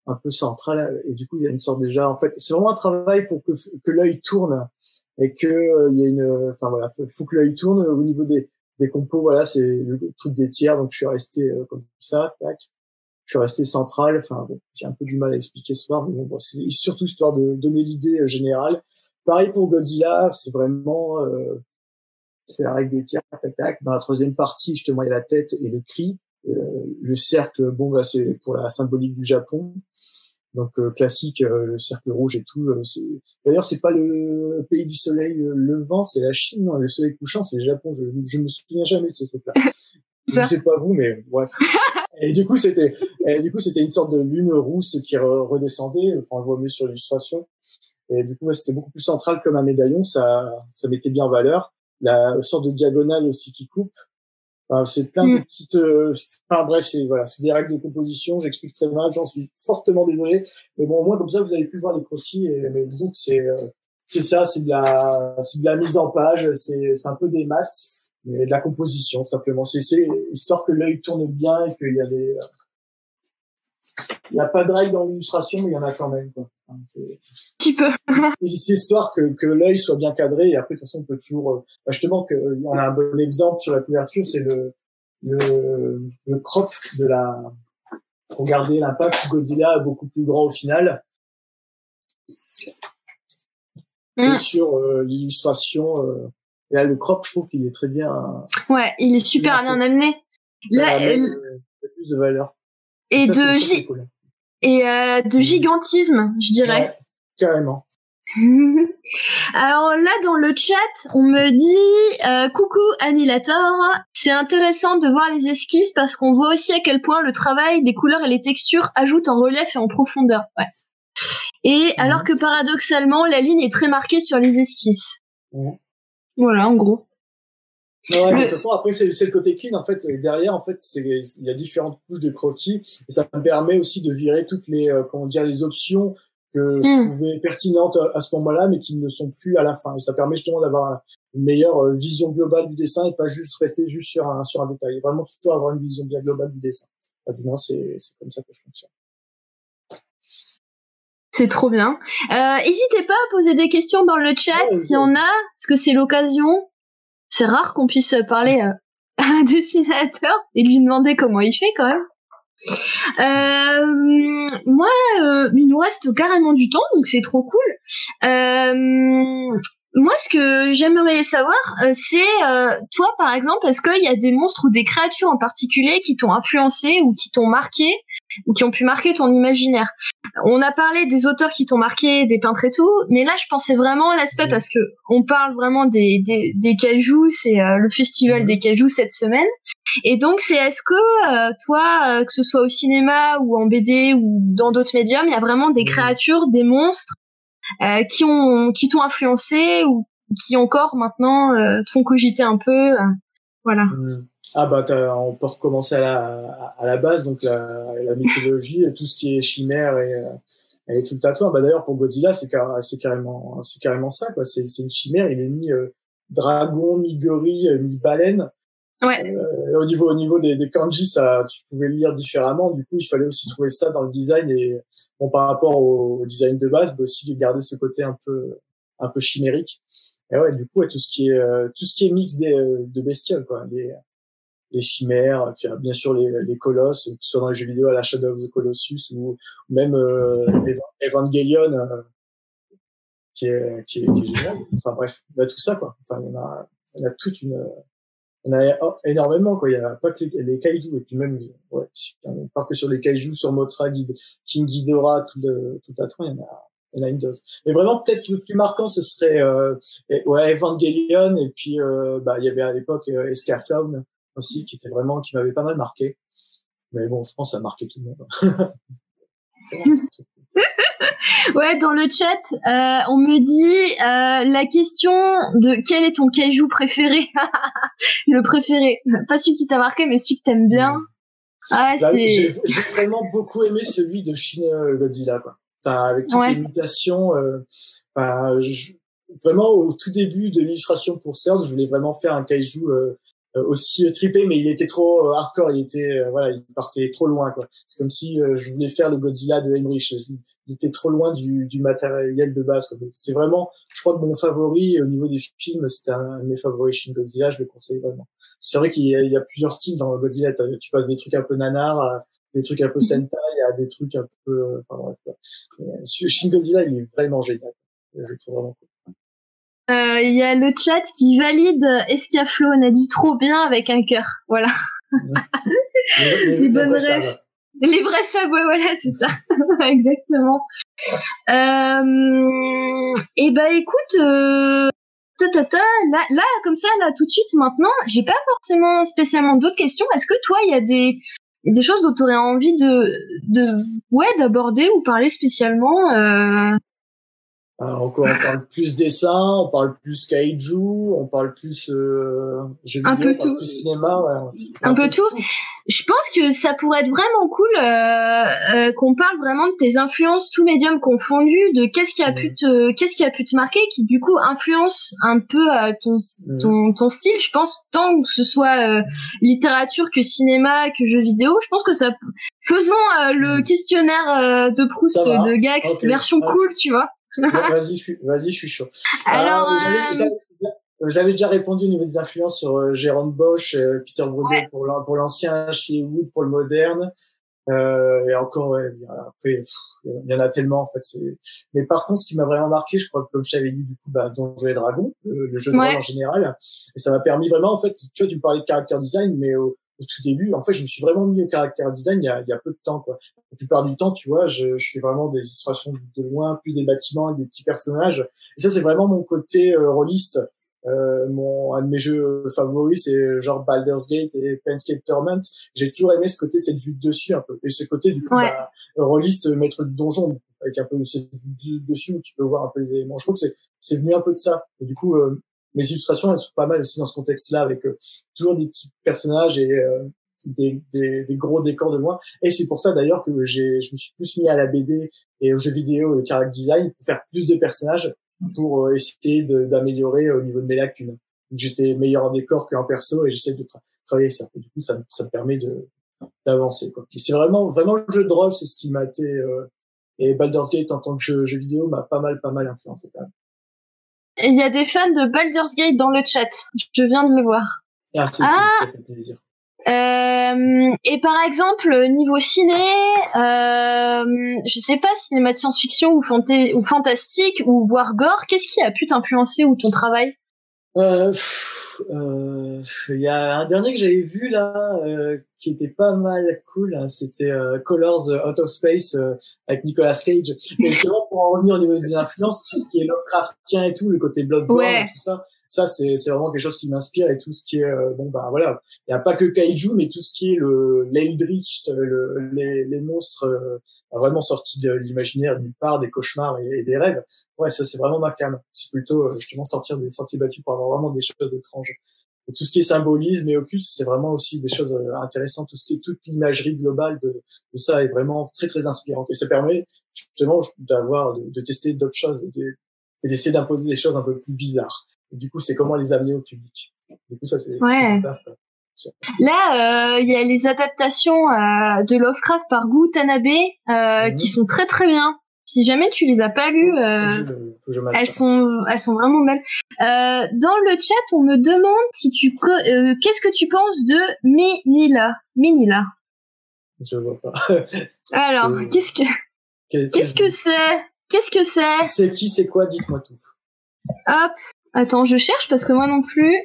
un peu central, et du coup il y a une sorte déjà, en fait c'est vraiment un travail pour que l'œil tourne et que il y a une, enfin voilà, faut que l'œil tourne au niveau des compos. Voilà, c'est le truc des tiers, donc je suis resté comme ça, tac, je suis resté central. Enfin bon, j'ai un peu du mal à expliquer ce soir, mais bon, c'est surtout histoire de donner l'idée générale. Pareil pour Godzilla, c'est vraiment c'est la règle des tiers, tac tac. Dans la troisième partie, justement, il y a la tête et le cri. Le cercle, bon, bah, c'est pour la symbolique du Japon. Donc classique, le cercle rouge et tout. D'ailleurs, c'est pas le pays du soleil levant, c'est la Chine. Non, le soleil couchant, c'est le Japon. Je me souviens jamais de ce truc-là. Je sais pas vous, mais bref. Et du coup, c'était une sorte de lune rousse qui redescendait. Enfin, on le voit mieux sur l'illustration. Et du coup, ouais, c'était beaucoup plus central comme un médaillon. Ça mettait bien en valeur. La sorte de diagonale aussi qui coupe. Enfin, c'est plein de petites. Enfin bref, c'est des règles de composition. J'explique très mal. J'en suis fortement désolé. Mais bon, au moins comme ça, vous avez pu voir les croquis. Mais disons que c'est ça, c'est de la mise en page. C'est un peu des maths, mais de la composition tout simplement. C'est histoire que l'œil tourne bien et qu'il y a il y a pas de règles dans l'illustration, mais il y en a quand même, quoi. Enfin, petit peu. C'est histoire que l'œil soit bien cadré, et après de toute façon on peut toujours justement on a un bon exemple sur la couverture, c'est le crop de la, regardez l'impact, Godzilla est beaucoup plus grand au final que sur l'illustration, et là le crop, je trouve qu'il est très bien, ouais, il est super bien amené là, plus de valeur et ça, de cool. Et de gigantisme, je dirais. Ouais, carrément. Alors là, dans le chat, on me dit coucou Annihilator, c'est intéressant de voir les esquisses parce qu'on voit aussi à quel point le travail, les couleurs et les textures ajoutent en relief et en profondeur. Ouais. Et alors que paradoxalement, la ligne est très marquée sur les esquisses. Voilà, en gros. Ouais, mais de toute façon, après, c'est le côté clean, en fait. Et derrière, en fait, il y a différentes couches de croquis. Et ça me permet aussi de virer toutes les, comment dire, les options que je trouvais pertinentes à ce moment-là, mais qui ne sont plus à la fin. Et ça permet justement d'avoir une meilleure vision globale du dessin et pas juste rester juste sur un détail. Et vraiment toujours avoir une vision bien globale du dessin. Enfin, du moins, c'est comme ça que je fonctionne. C'est trop bien. N'hésitez pas à poser des questions dans le chat s'il y en a, parce que c'est l'occasion. C'est rare qu'on puisse parler à un dessinateur et lui demander comment il fait quand même. Moi, il nous reste carrément du temps, donc c'est trop cool. Moi, ce que j'aimerais savoir, c'est toi, par exemple, est-ce qu'il y a des monstres ou des créatures en particulier qui t'ont influencé ou qui t'ont marqué ou qui ont pu marquer ton imaginaire? On a parlé des auteurs qui t'ont marqué, des peintres et tout, mais là, je pensais vraiment à l'aspect parce que on parle vraiment des kaijus, c'est le festival des kaijus cette semaine. Et donc, c'est est-ce que toi, que ce soit au cinéma ou en BD ou dans d'autres médiums, il y a vraiment des créatures, des monstres qui t'ont influencé ou qui encore maintenant te font cogiter un peu, voilà. Ah bah on peut recommencer à la base, donc la mythologie, tout ce qui est chimère et tout le tatouage. Bah d'ailleurs pour Godzilla c'est carrément ça, quoi. C'est une chimère, il est mi dragon, mi gorille, mi baleine. Ouais. Au niveau des kanji, ça tu pouvais le lire différemment. Du coup il fallait aussi trouver ça dans le design, et bon, par rapport au design de base, mais aussi garder ce côté un peu chimérique. Et ouais, du coup, ouais, tout ce qui est mix de bestioles, quoi. Les chimères, puis bien sûr les colosses, que ce soit dans les jeux vidéo à la Shadow of the Colossus ou même Evangelion, qui est génial. Enfin bref, il y a tout ça, quoi. Enfin, il y en a énormément, quoi. Il y a pas que les kaijus, et puis même, ouais, on part que sur les kaijus, sur Mothra, King Ghidorah, tout à trois, il y en a une dose. Mais vraiment, peut-être le plus marquant, ce serait Evangelion, et puis il y avait à l'époque Escaflowne aussi, qui m'avait pas mal marqué. Mais bon, je pense que ça a marqué tout le monde. C'est vrai. Ouais, dans le chat, on me dit la question de quel est ton kaiju préféré. Le préféré, pas celui qui t'a marqué, mais celui que t'aimes bien. Ah, j'ai vraiment beaucoup aimé celui de Shin Godzilla, quoi. Enfin, avec toutes les mutations. Vraiment au tout début de l'illustration pour CERD, je voulais vraiment faire un kaiju aussi trippé, mais il était trop hardcore. Il était voilà, il partait trop loin, quoi. C'est comme si je voulais faire le Godzilla de Emmerich. Il était trop loin du matériel de base, quoi. C'est vraiment, je crois que mon favori au niveau des films, c'était un de mes favoris, Shin Godzilla. Je le conseille vraiment. C'est vrai qu'il y a plusieurs styles dans Godzilla. Tu passes des trucs un peu nanar, à des trucs un peu Sentai, à des trucs un peu enfin bref, quoi. Shin Godzilla, il est vraiment génial. Je le trouve vraiment cool. Il y a le chat qui valide Escaflowne, on a dit trop bien avec un cœur. Voilà. Les bonnes rêves. Les vrais sabres, ouais, voilà, c'est ça. Exactement. Et bah écoute, là, comme ça, là, tout de suite, maintenant, j'ai pas forcément spécialement d'autres questions. Est-ce que toi, il y a des choses dont tu aurais envie d'aborder ou parler spécialement Alors, on parle plus dessin, on parle plus kaiju, on parle plus jeux vidéo, un peu on parle tout. plus cinéma, ouais. Un peu tout. Je pense que ça pourrait être vraiment cool qu'on parle vraiment de tes influences, tous médiums confondus, de qu'est-ce qui a pu te marquer, qui du coup influence un peu ton style. Je pense tant que ce soit littérature que cinéma que jeux vidéo. Je pense que ça. Faisons le questionnaire de Proust de Gax, version cool, tu vois. Vas-y, je suis chaud. Alors, j'avais déjà répondu au niveau des influences sur Jérôme Bosch, Peter Bruegel pour l'ancien, Ashley Wood pour le moderne. Et encore, ouais, après, il y en a tellement, en fait. Mais par contre, ce qui m'a vraiment marqué, je crois que comme je t'avais dit, du coup, Donjons et Dragons, le jeu de rôle en général. Et ça m'a permis vraiment, en fait, tu vois, tu me parlais de character design, mais au tout début, en fait, je me suis vraiment mis au character design il y a peu de temps, quoi. La plupart du temps, tu vois, je fais vraiment des illustrations de loin, plus des bâtiments et des petits personnages. Et ça, c'est vraiment mon côté rôliste. Un de mes jeux favoris, c'est genre Baldur's Gate et Planescape Torment. J'ai toujours aimé ce côté, cette vue de dessus un peu. Et ce côté, du coup, rôliste, maître du donjon, avec un peu cette vue de dessus où tu peux voir un peu les éléments. Je trouve que c'est venu un peu de ça. Et du coup, mes illustrations, elles sont pas mal aussi dans ce contexte-là, avec toujours des petits personnages et des gros décors de loin. Et c'est pour ça d'ailleurs que je me suis plus mis à la BD et aux jeux vidéo et au character design pour faire plus de personnages, pour essayer d'améliorer au niveau de mes lacunes. J'étais meilleur en décor qu'en perso et j'essaie de travailler ça. Et du coup, ça me permet d'avancer, quoi. C'est vraiment le jeu de rôle, c'est ce qui m'a été et Baldur's Gate en tant que jeu vidéo m'a pas mal influencé quand même. Et il y a des fans de Baldur's Gate dans le chat. Je viens de le voir. Ah, c'est cool, ça fait plaisir. Et par exemple, niveau ciné, je sais pas, cinéma de science-fiction ou fantastique ou voire gore, qu'est-ce qui a pu t'influencer ou ton travail? Il y a un dernier que j'avais vu là, qui était pas mal cool, hein, c'était Colors Out of Space avec Nicolas Cage. Et justement, pour en revenir au niveau des influences, tout ce qui est Lovecraftien et tout, le côté Bloodborne et tout ça, c'est vraiment quelque chose qui m'inspire. Et tout ce qui est voilà, il y a pas que kaiju, mais tout ce qui est l'Eldritch, les monstres vraiment sortis de l'imaginaire, nulle part, des cauchemars et des rêves. Ouais, ça c'est vraiment ma came. C'est plutôt justement sortir des sentiers battus pour avoir vraiment des choses étranges. Et tout ce qui est symbolisme et occulte, c'est vraiment aussi des choses intéressantes. Toute l'imagerie globale de ça est vraiment très très inspirante. Et ça permet justement de tester d'autres choses et d'essayer d'imposer des choses un peu plus bizarres. Et du coup, c'est comment les amener au public. Du coup, ça c'est tout taf, quoi. Là, il y a les adaptations de Lovecraft par Gu Tanabe qui sont très très bien. Si jamais tu les as pas lues, elles sont vraiment belles. Dans le chat, on me demande si qu'est-ce que tu penses de Minilla. Je vois pas. Alors, qu'est-ce que c'est? C'est qui, c'est quoi? Dites-moi tout. Hop, attends, je cherche parce que moi non plus.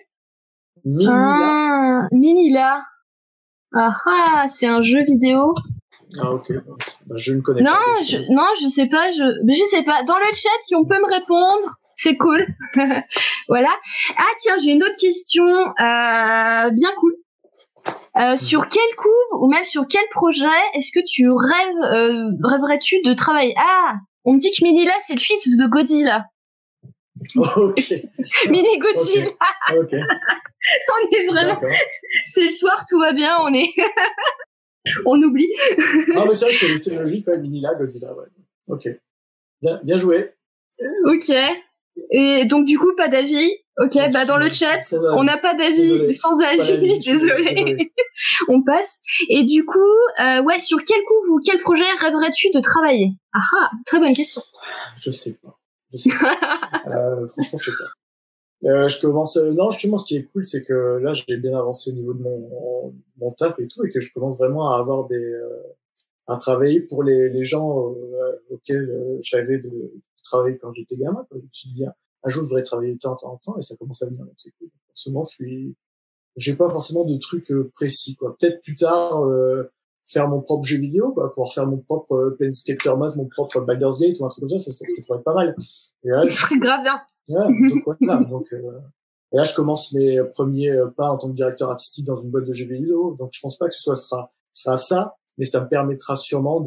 Minilla. Ah, c'est un jeu vidéo. Ah, ok. Je ne connais pas. Je sais pas. Je sais pas. Dans le chat, si on peut me répondre, c'est cool. Voilà. Ah tiens, j'ai une autre question bien cool. Sur quelle couve ou même sur quel projet est-ce que tu rêverais-tu de travailler? Ah, on me dit que Minilla, c'est le fils de Godzilla. Ok. Mini Godzilla. Ok. On est vraiment. C'est le soir, tout va bien. On oublie. Non, mais c'est vrai que c'est logique, ouais, Minilla, Godzilla, ouais. Ok. Bien joué. Ok. Et donc du coup, pas d'avis. Ok, bah dans le chat, on n'a pas d'avis, sans avis, désolé. On passe. Et du coup, ouais, sur quel projet rêverais-tu de travailler? Ah, très bonne question. Je sais pas. Franchement, je sais pas. Je commence. Non, justement, ce qui est cool, c'est que là, j'ai bien avancé au niveau de mon taf et tout, et que je commence vraiment à avoir à travailler pour les gens auxquels j'avais de travailler quand j'étais gamin. Quoi. Je me suis dit, un jour, je voudrais travailler de temps en temps, et ça commence à venir. Donc, c'est cool. En ce moment, j'ai pas forcément de trucs précis, quoi. Peut-être plus tard, faire mon propre jeu vidéo, quoi, pouvoir faire mon propre Planescape Mode, mon propre Baldur's Gate ou un truc comme ça pourrait être pas mal. Et là, ce serait grave bien. Ouais, donc voilà. Et là, je commence mes premiers pas en tant que directeur artistique dans une boîte de jeux vidéo. Donc, je pense pas que sera ça, mais ça me permettra sûrement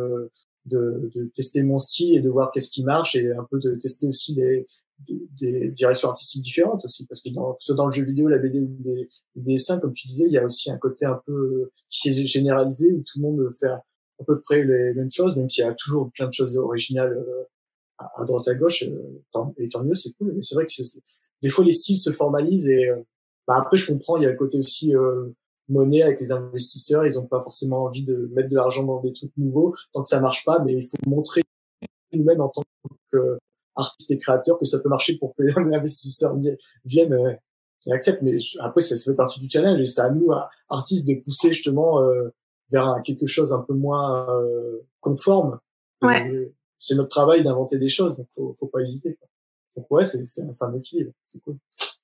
de tester mon style et de voir qu'est-ce qui marche, et un peu de tester aussi des directions artistiques différentes aussi, parce que que ce soit dans le jeu vidéo, la BD ou les dessins, comme tu disais, il y a aussi un côté un peu qui s'est généralisé, où tout le monde fait à peu près les mêmes choses, même s'il y a toujours plein de choses originales à droite à gauche, tant mieux, c'est cool. Mais c'est vrai que des fois les styles se formalisent, et après je comprends, il y a le côté aussi monnaie avec les investisseurs, ils ont pas forcément envie de mettre de l'argent dans des trucs nouveaux tant que ça marche pas, mais il faut montrer nous-mêmes en tant qu'artistes et créateurs que ça peut marcher pour que les investisseurs viennent et acceptent. Mais après ça fait partie du challenge, et c'est à nous, artistes, de pousser justement vers quelque chose un peu moins conforme. Ouais. C'est notre travail d'inventer des choses, donc faut pas hésiter, quoi. Donc ouais, c'est un équilibre, c'est cool.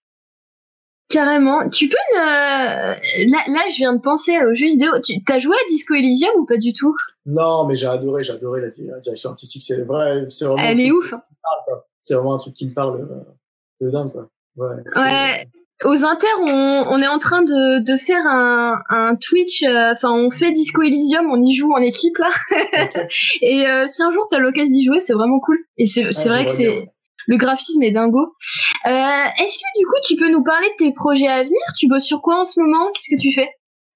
Carrément. Tu peux là, je viens de penser aux jeux vidéo. T'as joué à Disco Elysium ou pas du tout? Non, mais j'ai adoré la direction artistique. C'est vrai, c'est vraiment. Elle est ouf. C'est vraiment un truc qui me parle de dingue, quoi. Ouais. Aux Inter, on est en train de faire un Twitch. Enfin, on fait Disco Elysium, on y joue en équipe là. Okay. Et si un jour t'as l'occasion d'y jouer, c'est vraiment cool. Et c'est vrai que le graphisme est dingo. Est-ce que du coup, tu peux nous parler de tes projets à venir? Tu bosses sur quoi en ce moment? Qu'est-ce que tu fais?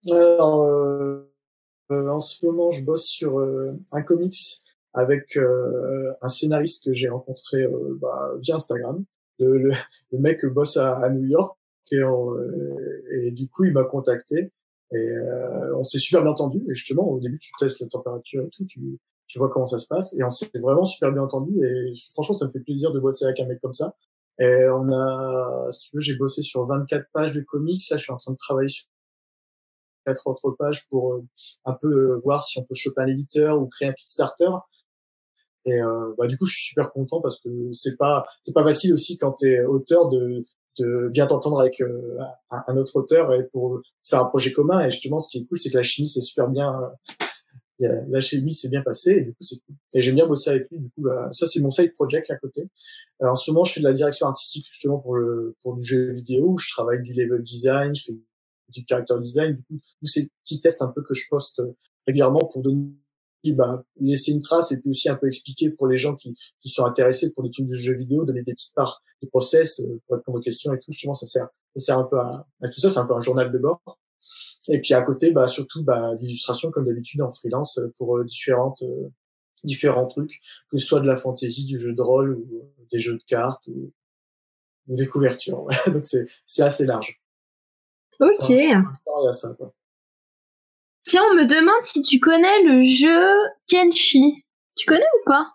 En ce moment, je bosse sur un comics avec un scénariste que j'ai rencontré via Instagram. Le mec bosse à New York, et du coup, il m'a contacté, et on s'est super bien entendu. Et justement, au début, tu testes la température et tout, tu vois comment ça se passe, et on s'est vraiment super bien entendu. Et franchement, ça me fait plaisir de bosser avec un mec comme ça. Et si tu veux, j'ai bossé sur 24 pages de comics. Là, je suis en train de travailler sur 4 autres pages pour un peu voir si on peut choper un éditeur ou créer un Kickstarter. Et du coup, je suis super content, parce que c'est pas facile aussi quand t'es auteur de bien t'entendre avec un autre auteur, et pour faire un projet commun. Et justement, ce qui est cool, c'est que la chimie, c'est super bien. La chimie s'est bien passée, et du coup, c'est cool. Et j'aime bien bosser avec lui. Du coup, ça, c'est mon side project à côté. Alors, en ce moment, je fais de la direction artistique justement pour du jeu vidéo, où je travaille du level design, je fais du character design. Du coup, tous ces petits tests un peu que je poste régulièrement pour donner, laisser une trace, et puis aussi un peu expliquer pour les gens qui sont intéressés pour des trucs du jeu vidéo, donner des petites parts de process pour répondre aux questions et tout. Justement, ça sert un peu à tout ça. C'est un peu un journal de bord. Et puis à côté, surtout l'illustration, comme d'habitude, en freelance pour différents trucs, que ce soit de la fantasy, du jeu de rôle, ou des jeux de cartes, ou des couvertures. Donc c'est assez large. Ok. Il y a ça, quoi. Tiens, on me demande si tu connais le jeu Kenshi. Tu connais ou pas?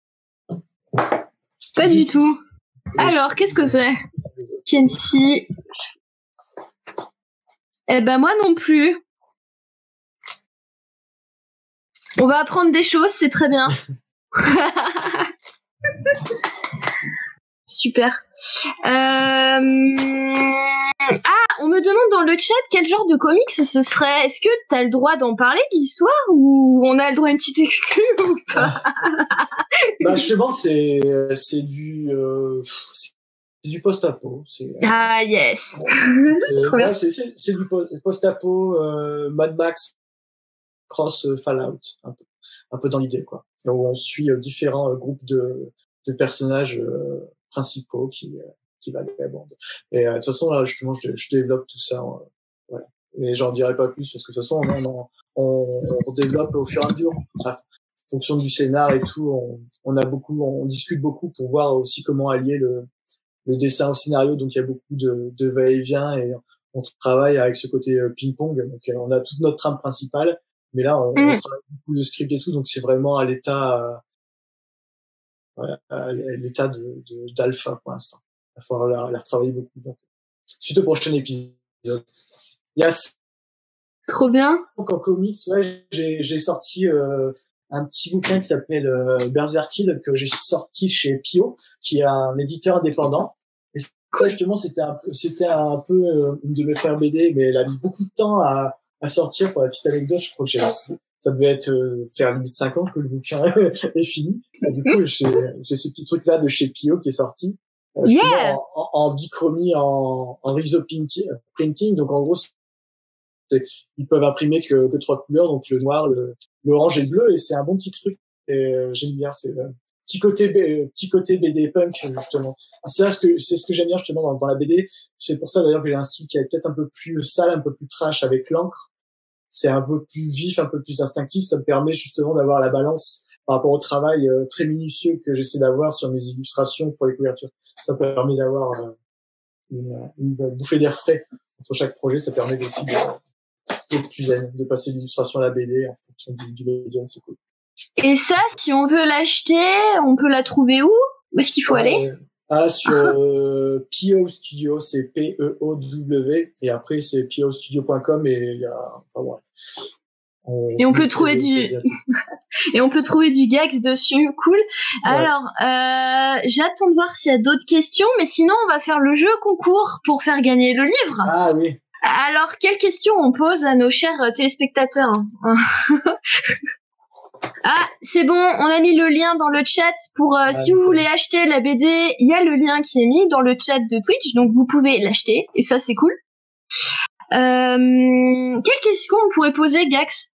Pas du tout. Alors, qu'est-ce que c'est? Kenshi. Eh ben moi non plus. On va apprendre des choses, c'est très bien. Super. On me demande dans le chat quel genre de comics ce serait. Est-ce que t'as le droit d'en parler d'histoire, ou on a le droit à une petite exclue ou pas? Justement, c'est du post-apo. Ah yes. C'est du post-apo, Mad Max cross Fallout, un peu dans l'idée, quoi. Où on suit différents groupes de personnages principaux qui vagabondent. Et de toute façon, là, justement, je développe tout ça. Voilà. Mais j'en dirai pas plus, parce que de toute façon, on développe au fur et à mesure. fonction du scénar et tout, on discute beaucoup pour voir aussi comment allier le dessin au scénario. Donc il y a beaucoup de va-et-vient et on travaille avec ce côté ping-pong. Donc on a toute notre trame principale, mais là on travaille beaucoup de script et tout, donc c'est vraiment à l'état l'état d'alpha pour l'instant. Il va falloir la retravailler beaucoup. Donc suite au prochain épisode. Yes. Trop bien. Donc en comics, ouais, j'ai sorti un petit bouquin qui s'appelle Berserk Kid que j'ai sorti chez Pio, qui est un éditeur indépendant. Et ça justement c'était un peu une de mes premières BD, mais elle a mis beaucoup de temps à sortir. Pour la petite anecdote, je crois que ça devait être faire limite 5 ans que le bouquin est fini. Et du coup, j'ai ce petit truc là de chez Pio qui est sorti. En bichromie, en printing. Donc en gros, ils peuvent imprimer que 3 couleurs, donc le noir, l'orange et le bleu, et c'est un bon petit truc. Et j'aime bien, c'est petit côté BD punk justement. C'est ce que j'aime bien justement dans la BD. C'est pour ça d'ailleurs que j'ai un style qui est peut-être un peu plus sale, un peu plus trash avec l'encre. C'est un peu plus vif, un peu plus instinctif. Ça me permet justement d'avoir la balance par rapport au travail très minutieux que j'essaie d'avoir sur mes illustrations pour les couvertures. Ça permet d'avoir une bouffée d'air frais entre chaque projet. Ça permet aussi d'être plus zen, de passer d'illustration à la BD en fonction du médium, c'est cool. Et ça, si on veut l'acheter, on peut la trouver où? Où est-ce qu'il faut aller? Sur PO Studio, c'est PEOW, et après c'est POstudio.com, et il y a, enfin bref. Et on peut trouver et on peut trouver du Gax dessus, cool. Ouais. Alors, j'attends de voir s'il y a d'autres questions, mais sinon on va faire le jeu concours pour faire gagner le livre. Ah oui. Alors, quelles questions on pose à nos chers téléspectateurs? Ah, c'est bon, on a mis le lien dans le chat pour si vous voulez acheter la BD, il y a le lien qui est mis dans le chat de Twitch, donc vous pouvez l'acheter, et ça c'est cool. Quelle question on pourrait poser, Gax?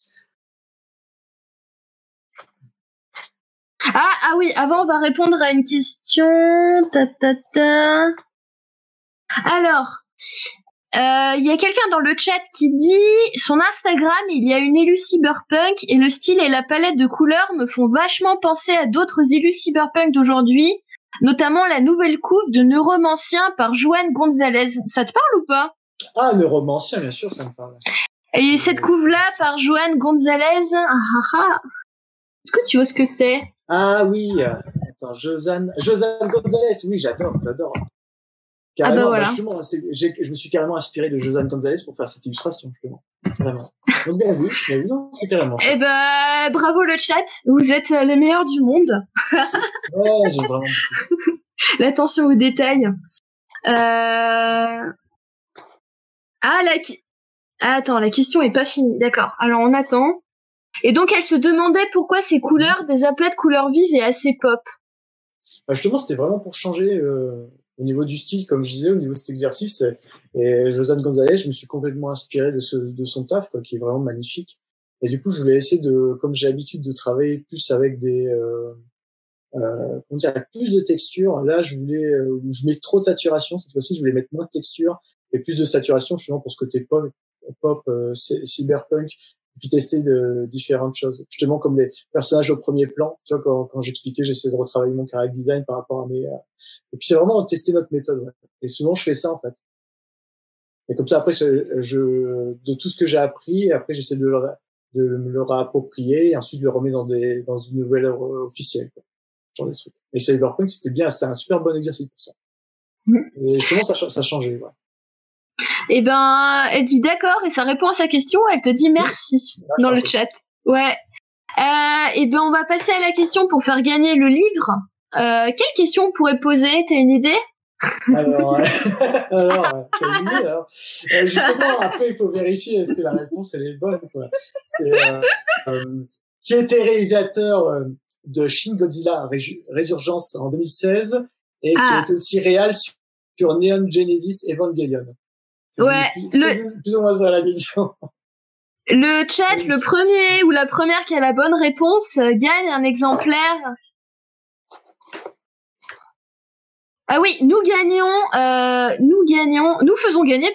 Ah oui, avant on va répondre à une question. Alors, il y a quelqu'un dans le chat qui dit son Instagram, il y a une élu cyberpunk et le style et la palette de couleurs me font vachement penser à d'autres élus cyberpunk d'aujourd'hui, notamment la nouvelle couve de Neuromancien par Joan Gonzalez. Ça te parle ou pas? Ah, Neuromancien, bien sûr, ça me parle. Et cette couve-là par Joan Gonzalez, est-ce que tu vois ce que c'est? Ah oui, attends, Josan Gonzalez, oui, j'adore. Carrément, voilà. Justement, je me suis carrément inspiré de Josan Gonzalez pour faire cette illustration, justement. Vraiment. Donc bien vu, non, c'est carrément. Eh ben, bravo le chat, vous êtes les meilleurs du monde. Ouais, j'ai vraiment beaucoup. L'attention aux détails. Attends, la question est pas finie. D'accord. Alors on attend. Et donc elle se demandait pourquoi ces couleurs, des aplats de couleurs vives et assez pop. Justement, c'était vraiment pour changer au niveau du style, comme je disais, au niveau de cet exercice. Et Josan Gonzalez, je me suis complètement inspiré de son taf, quoi, qui est vraiment magnifique. Et du coup, je voulais essayer comme j'ai l'habitude de travailler plus avec avec plus de texture. Là, je mets trop de saturation. Cette fois-ci, je voulais mettre moins de texture et plus de saturation, justement, pour ce côté pop, cyberpunk, et puis tester différentes choses. Justement, comme les personnages au premier plan. Tu vois, quand j'expliquais, j'essayais de retravailler mon character design par rapport à mes, et puis c'est vraiment tester notre méthode, ouais. Et souvent, je fais ça, en fait. Et comme ça, après, de tout ce que j'ai appris, après, j'essaie de me le réapproprier, et ensuite, je le remets dans une nouvelle œuvre officielle, quoi. Genre des trucs. Et Cyberpunk, c'était un super bon exercice pour ça. Et justement, ça changeait, ouais. Eh ben, elle dit d'accord et ça répond à sa question. Elle te dit merci dans le chat. Ouais. Eh ben, on va passer à la question pour faire gagner le livre. Quelle question on pourrait poser? T'as une idée? Alors, t'as une idée, alors. Justement, après, il faut vérifier est-ce que la réponse, elle est bonne, quoi. C'est, qui était réalisateur de Shin Godzilla Résurgence en 2016 et qui était aussi réal sur Neon Genesis Evangelion. Ouais, plus ou moins ça la question. Le chat, le premier ou la première qui a la bonne réponse gagne un exemplaire Ah oui, nous faisons gagner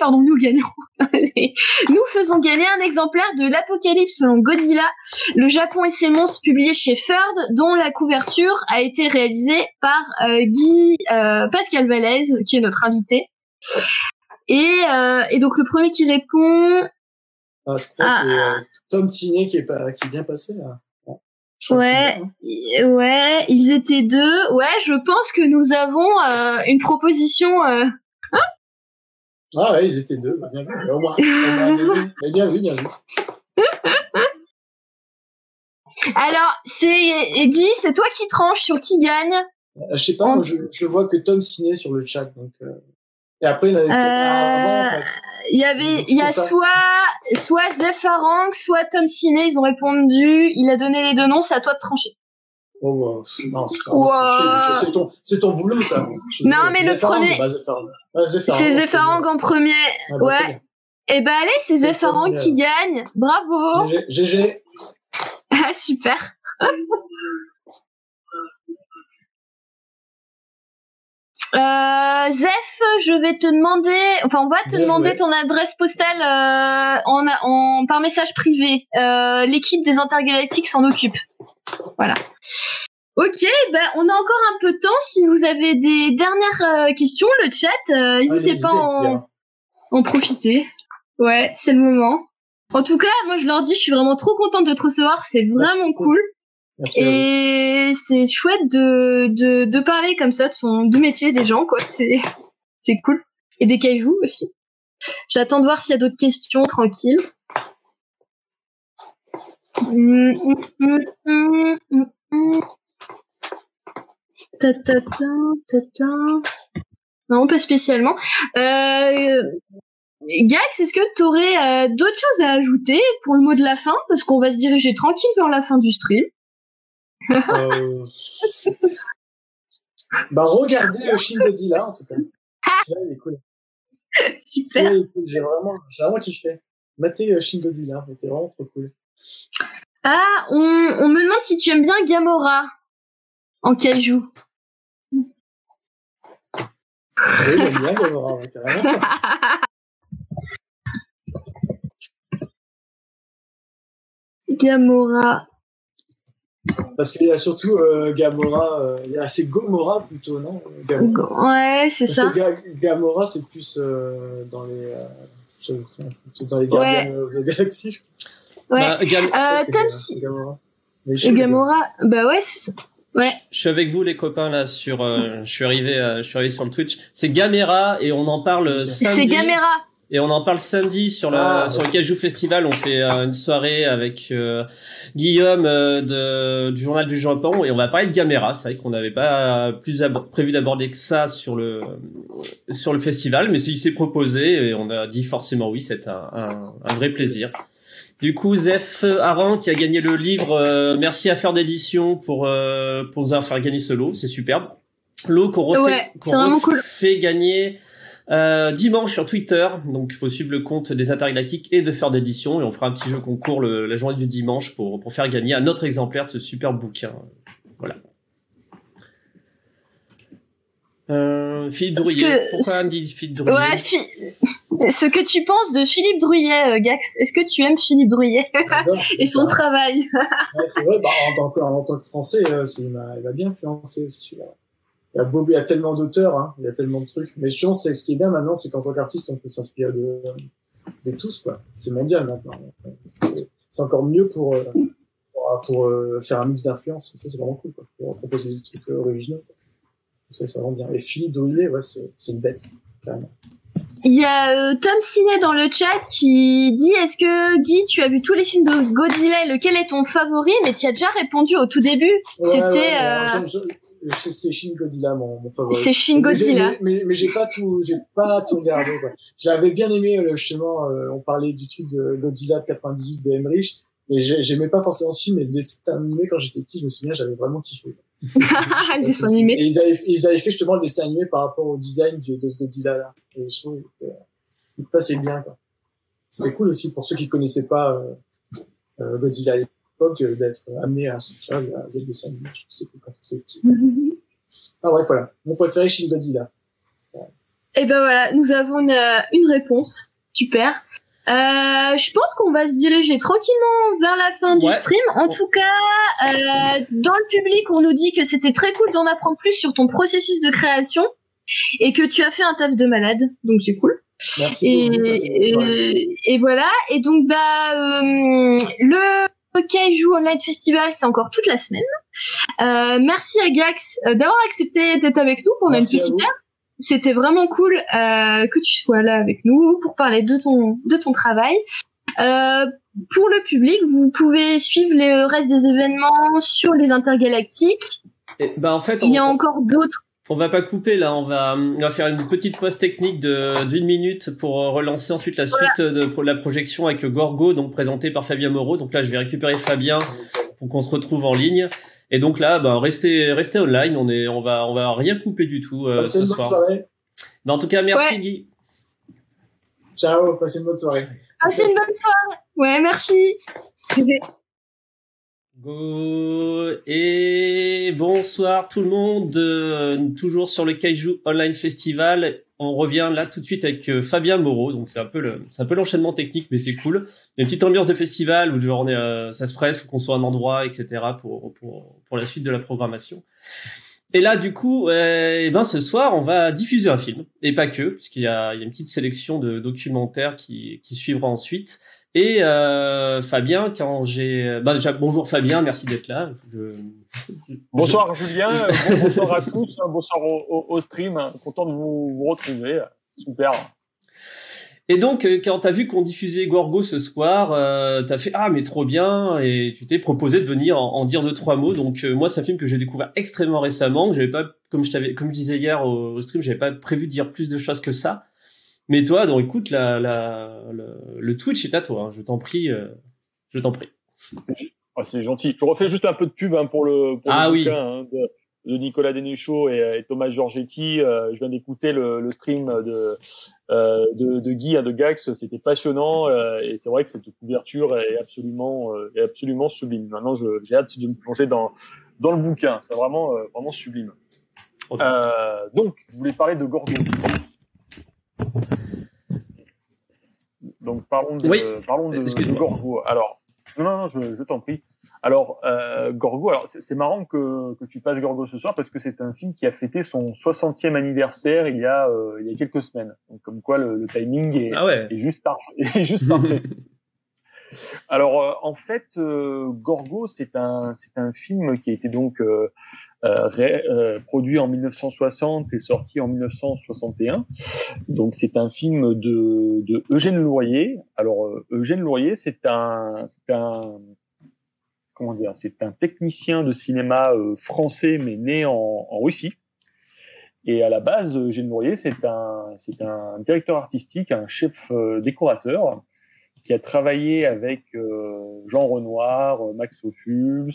un exemplaire de l'Apocalypse selon Godzilla, le Japon et ses monstres, publié chez Ferd, dont la couverture a été réalisée par Pascal Vallès, qui est notre invité. Et donc le premier qui répond. Je crois que c'est Tom Tinet qui est bien passé là. Ouais, ils étaient 2. Ouais, je pense que nous avons une proposition. Ah ouais, ils étaient 2. Bah, bien vu. Au moins mais bien vu. Alors, c'est Guy, c'est toi qui tranches sur qui gagne. Je sais pas, moi, je vois que Tom Tinet sur le chat, donc. Et après, il y en avait avant, en fait. Il y a soit Zef Arang, soit Tom Tinet, ils ont répondu. Il a donné les 2 noms, c'est à toi de trancher. Oh, non, c'est pas c'est ton boulot, ça. Non, mais le premier. C'est Zef Arang en premier. Ah, bah, ouais. Et ben allez, c'est Zef Arang qui gagne. Bravo. GG. Ah, super. Zef, je vais te demander, on va te demander ton adresse postale par message privé. L'équipe des Intergalactiques s'en occupe. Voilà. Ok, on a encore un peu de temps. Si vous avez des dernières questions, le chat, n'hésitez pas à en profiter. Ouais, c'est le moment. En tout cas, moi je leur dis, je suis vraiment trop contente de te recevoir. C'est vraiment cool. Merci. Et c'est chouette de parler comme ça du métier des gens, quoi. C'est cool. Et des kaijus aussi. J'attends de voir s'il y a d'autres questions, tranquille. Non, pas spécialement. Gax, est-ce que tu aurais d'autres choses à ajouter pour le mot de la fin? Parce qu'on va se diriger tranquille vers la fin du stream. Regardez Shin Godzilla, en tout cas. Celui-là, il est cool. Super. J'ai vraiment kiffé. Matez Shin Godzilla, c'était vraiment trop cool. Ah, on me demande si tu aimes bien Gamora en kaiju. Oui, j'aime bien Gamora, carrément. Gamora. Parce qu'il y a surtout Gamora, c'est Gomorrah plutôt, non? Ouais, c'est ça. Gamora, c'est plus dans les Gardiens of the Galaxy. Ouais. Gamora, bah ouais, c'est ça. Ouais. Je suis avec vous les copains là je suis arrivé sur le Twitch. C'est Gamera et on en parle samedi. C'est Gamera. Et on en parle samedi sur le Kaiju Festival. On fait une soirée avec Guillaume du Journal du Japon et on va parler de Gamera. C'est vrai qu'on n'avait pas prévu d'aborder que ça sur le festival, mais il s'est proposé et on a dit forcément oui. C'est un vrai plaisir. Du coup, Zef Arang qui a gagné le livre, merci à Faire d'édition pour nous avoir fait gagner ce lot, c'est superbe. Lot qu'on refait gagner dimanche sur Twitter, donc il faut suivre le compte des Intergalactiques et de Faire d'édition et on fera un petit jeu concours la journée du dimanche pour faire gagner un autre exemplaire de ce superbe bouquin. Voilà. Philippe Drouillet. Pourquoi on dit Philippe Drouillet? Ouais, ce que tu penses de Philippe Drouillet, Gax. Est-ce que tu aimes Philippe Drouillet et son travail? Ouais, c'est vrai, en tant que Français, il m'a bien influencé aussi celui-là. Il y a tellement d'auteurs, il y a tellement de trucs. Mais je pense que ce qui est bien maintenant, c'est qu'en tant qu'artiste, on peut s'inspirer de tous, quoi. C'est mondial maintenant. C'est encore mieux pour faire un mix d'influences. Ça, c'est vraiment cool, quoi. Pour proposer des trucs originaux, quoi. Ça, c'est vraiment bien. Et Philippe Drouillet, c'est une bête, carrément. Il y a Tom Ciné dans le chat qui dit: est-ce que Guy, tu as vu tous les films de Godzilla et lequel est ton favori? Mais tu as déjà répondu au tout début. C'est Shin Godzilla mon favori. C'est Shin Godzilla. Mais j'ai pas tout regardé, quoi. J'avais bien aimé justement on parlait du truc de Godzilla de 98 de Emmerich, mais j'aimais pas forcément ce film, mais le dessin animé quand j'étais petit, je me souviens, j'avais vraiment kiffé. Le dessin animé. Et ils avaient fait justement le dessin animé par rapport au design de ce Godzilla là. Et je trouve il passait bien, quoi. C'est cool aussi pour ceux qui connaissaient pas Godzilla à l'époque d'être amené à ce truc-là via le dessin animé. Je trouve que c'était cool quand j'étais petit. Ah bref, voilà. Mon préféré, Shin Godzilla. Et ben voilà, nous avons une réponse. Super. Je pense qu'on va se diriger tranquillement vers la fin du stream. En tout cas, dans le public, on nous dit que c'était très cool d'en apprendre plus sur ton processus de création et que tu as fait un taf de malade. Donc c'est cool. Merci beaucoup. Et voilà. Et donc le Kaiju Online Festival, c'est encore toute la semaine. Merci à Gax d'avoir accepté d'être avec nous pendant une petite heure. C'était vraiment cool que tu sois là avec nous pour parler de ton travail. Pour le public, vous pouvez suivre le reste des événements sur les intergalactiques. Et en fait, il y a encore d'autres. On va pas couper là, on va faire une petite pause technique d'une minute pour relancer ensuite la suite de la projection avec Gorgo, donc présenté par Fabien Moreau. Donc là, je vais récupérer Fabien pour qu'on se retrouve en ligne. Et donc là, restez online. On va rien couper du tout ce soir. Soirée. En tout cas, merci Guy. Ciao, passez une bonne soirée. Passez une bonne soirée. Ouais, merci. Go et bonsoir tout le monde, toujours sur le Kaiju Online Festival. On revient là tout de suite avec Fabien Moreau, donc c'est un peu l'enchaînement technique, mais c'est cool. Il y a une petite ambiance de festival où genre ça se presse, faut qu'on soit à un endroit, etc. pour la suite de la programmation. Et là du coup, ce soir on va diffuser un film et pas que, puisqu'il y a une petite sélection de documentaires qui suivra ensuite. Et Fabien, déjà bonjour Fabien, merci d'être là. Bonsoir Julien, bonsoir à tous, bonsoir au stream, content de vous retrouver, super. Et donc quand t'as vu qu'on diffusait Gorgo ce soir, t'as fait mais trop bien, et tu t'es proposé de venir en dire 2-3 mots. Donc moi c'est un film que j'ai découvert extrêmement récemment, que j'avais pas, comme je disais hier au stream, j'avais pas prévu de dire plus de choses que ça. Mais toi, donc écoute, le Twitch est à toi. Hein. Je t'en prie. C'est gentil. Je refais juste un peu de pub pour le bouquin de Nicolas Dénéchaud et Thomas Giorgetti. Je viens d'écouter le stream de Guy, de Gax. C'était passionnant et c'est vrai que cette couverture est absolument sublime. Maintenant, j'ai hâte de me plonger dans le bouquin. C'est vraiment sublime. Okay. Donc, je voulais parler de Gorgo. Donc parlons de Gorgo. Alors non, je t'en prie. Alors Gorgo, c'est marrant que tu passes Gorgo ce soir parce que c'est un film qui a fêté son 60e anniversaire il y a quelques semaines. Donc comme quoi le timing est juste parfait. Alors en fait Gorgo c'est un film qui a été donc produit en 1960 et sorti en 1961. Donc c'est un film de Eugène Lourier. Alors Eugène Lourier, c'est un technicien de cinéma français mais né en Russie. Et à la base, Eugène Lourier, c'est un directeur artistique, un chef décorateur qui a travaillé avec Jean Renoir, Max Ophuls,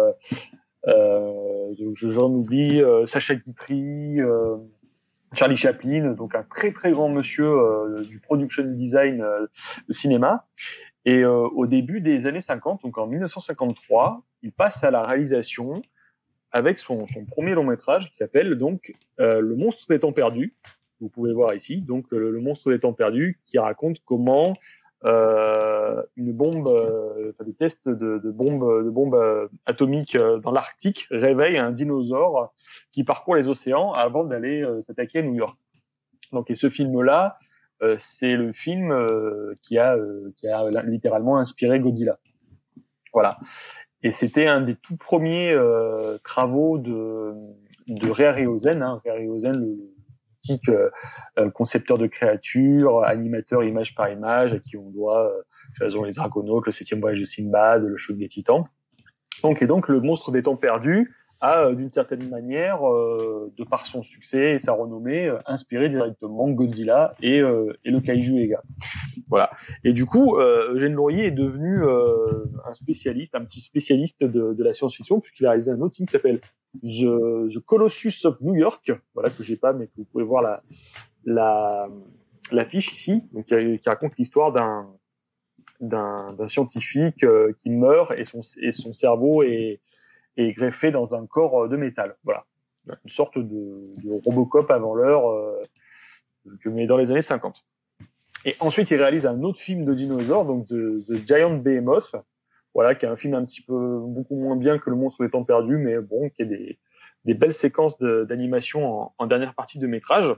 j'en oublie, Sacha Guitry, Charlie Chaplin, donc un très très grand monsieur du production design de cinéma. Et au début des années 50, donc en 1953, il passe à la réalisation avec son premier long métrage qui s'appelle donc Le Monstre des Temps Perdus. Vous pouvez voir ici donc Le Monstre des Temps Perdus qui raconte comment une bombe, des tests de bombes atomiques dans l'Arctique réveillent un dinosaure qui parcourt les océans avant d'aller s'attaquer à New York. Donc, et ce film-là, c'est le film qui a littéralement inspiré Godzilla. Voilà. Et c'était un des tout premiers travaux de Ray Harryhausen, Ray Harryhausen, le concepteur de créatures, animateur image par image, à qui on doit Jason les Argonautes, le 7e voyage de Sinbad, le choc des Titans. Donc le Monstre des Temps Perdus a, d'une certaine manière, de par son succès et sa renommée, inspiré directement Godzilla et le Kaiju Ega. Voilà. Et du coup, Eugène Lourier est devenu un petit spécialiste de la science-fiction, puisqu'il a réalisé un autre film qui s'appelle The Colossus of New York, voilà, que j'ai pas, mais que vous pouvez voir l'affiche ici, donc qui raconte l'histoire d'un scientifique qui meurt et son cerveau est greffé dans un corps de métal. Voilà. une sorte de Robocop avant l'heure mais dans les années 50. Et ensuite, il réalise un autre film de dinosaures, donc The Giant Behemoth, voilà, qui est un film un petit peu beaucoup moins bien que Le Monstre des Temps Perdus, mais bon, qui a des belles séquences d'animation en dernière partie de métrage.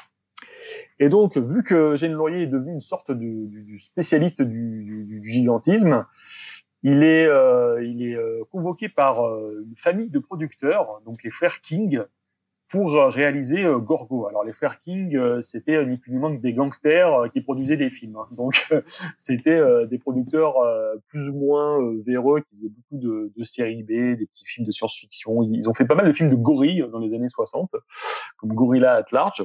Et donc, vu que Eugène Laurier est devenu une sorte du spécialiste du gigantisme, il est convoqué par une famille de producteurs, donc les frères King, pour réaliser Gorgo. Alors les frères King, c'était ni plus ni moins que des gangsters qui produisaient des films. Hein. Donc c'était des producteurs plus ou moins véreux qui faisaient beaucoup de séries B, des petits films de science-fiction. Ils ont fait pas mal de films de gorilles dans les années 60, comme Gorilla at Large.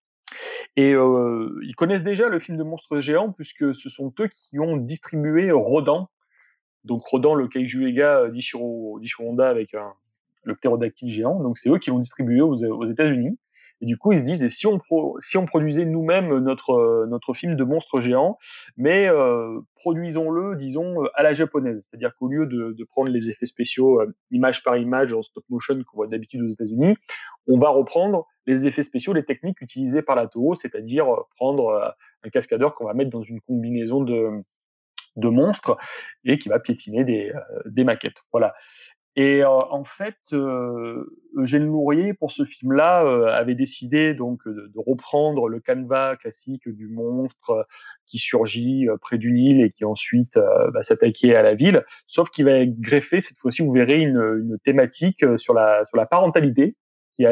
Et ils connaissent déjà le film de monstres géants puisque ce sont eux qui ont distribué Rodan. Donc Rodan, le kaiju Ega d'Ichiro Honda avec le ptérodactyle géant. Donc c'est eux qui l'ont distribué aux États-Unis. Et du coup, ils se disent, et si on produisait nous-mêmes notre film de monstres géants, mais produisons-le, disons, à la japonaise. C'est-à-dire qu'au lieu de prendre les effets spéciaux image par image en stop motion qu'on voit d'habitude aux États-Unis, on va reprendre les effets spéciaux, les techniques utilisées par la Toho, c'est-à-dire prendre un cascadeur qu'on va mettre dans une combinaison de monstres et qui va piétiner des maquettes. Voilà. Et en fait, Eugène Laurier, pour ce film-là, avait décidé donc de reprendre le canevas classique du monstre qui surgit près d'une île et qui ensuite va s'attaquer à la ville. Sauf qu'il va greffer cette fois-ci, vous verrez, une thématique sur la parentalité qui est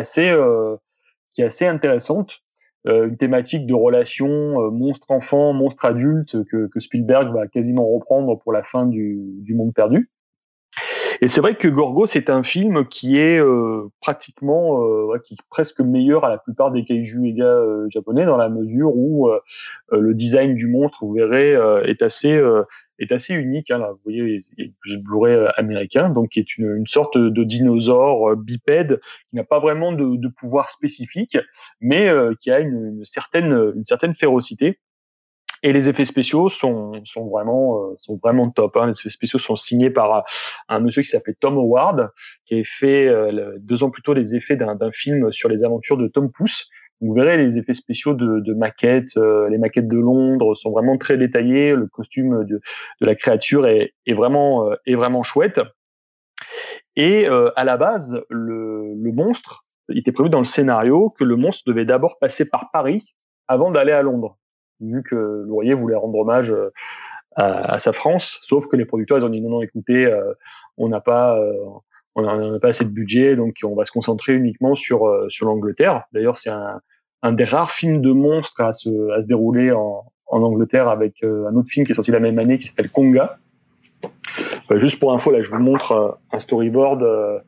assez intéressante. Une thématique de relation monstre-enfant, monstre-adulte que Spielberg va quasiment reprendre pour la fin du Monde perdu. Et c'est vrai que Gorgo, c'est un film qui est pratiquement, qui est presque meilleur à la plupart des kaiju Ega japonais, dans la mesure où le design du monstre, vous verrez, est assez unique. Hein, là, vous voyez, il y a le Blu-ray américain, donc qui est une sorte de dinosaure bipède qui n'a pas vraiment de pouvoir spécifique, mais qui a une certaine férocité. Et les effets spéciaux sont vraiment top. Hein. Les effets spéciaux sont signés par un monsieur qui s'appelait Tom Howard, qui avait fait 2 ans plus tôt les effets d'un film sur les aventures de Tom Pouce. Vous verrez les effets spéciaux de maquettes, les maquettes de Londres sont vraiment très détaillés. Le costume de la créature est vraiment chouette. Et à la base, le monstre, il était prévu dans le scénario que le monstre devait d'abord passer par Paris avant d'aller à Londres, vu que Laurier voulait rendre hommage à sa France, sauf que les producteurs ils ont dit non, écoutez, on n'a pas assez de budget, donc on va se concentrer uniquement sur l'Angleterre. D'ailleurs, c'est un des rares films de monstres à se dérouler en Angleterre, avec un autre film qui est sorti la même année qui s'appelle Konga. Juste pour info, là, je vous montre un storyboard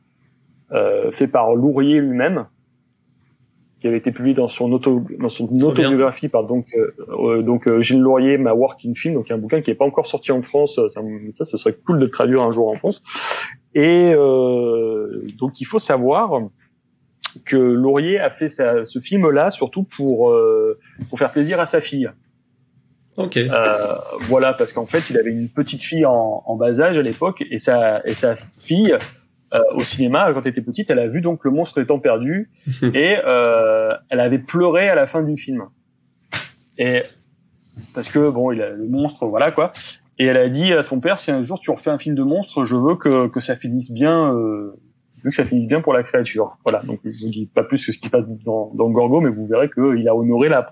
fait par Laurier lui-même, qui avait été publié dans son autobiographie par donc Eugène Laurier, Ma Working Film, donc un bouquin qui n'est pas encore sorti en France. Ça, ce serait cool de le traduire un jour en France. Et donc il faut savoir que Laurier a fait ce film-là surtout pour faire plaisir à sa fille. Ok. Voilà, parce qu'en fait, il avait une petite fille en bas âge à l'époque, et sa fille, au cinéma, quand elle était petite, elle a vu donc Le Monstre des Temps Perdus, et elle avait pleuré à la fin du film. Et parce que bon, le monstre, voilà quoi. Et elle a dit à son père, si un jour tu refais un film de monstre, je veux que ça finisse bien. Que ça finisse bien pour la créature. Voilà. Donc je vous dis pas plus que ce qui passe dans Gorgo, mais vous verrez qu'il a honoré la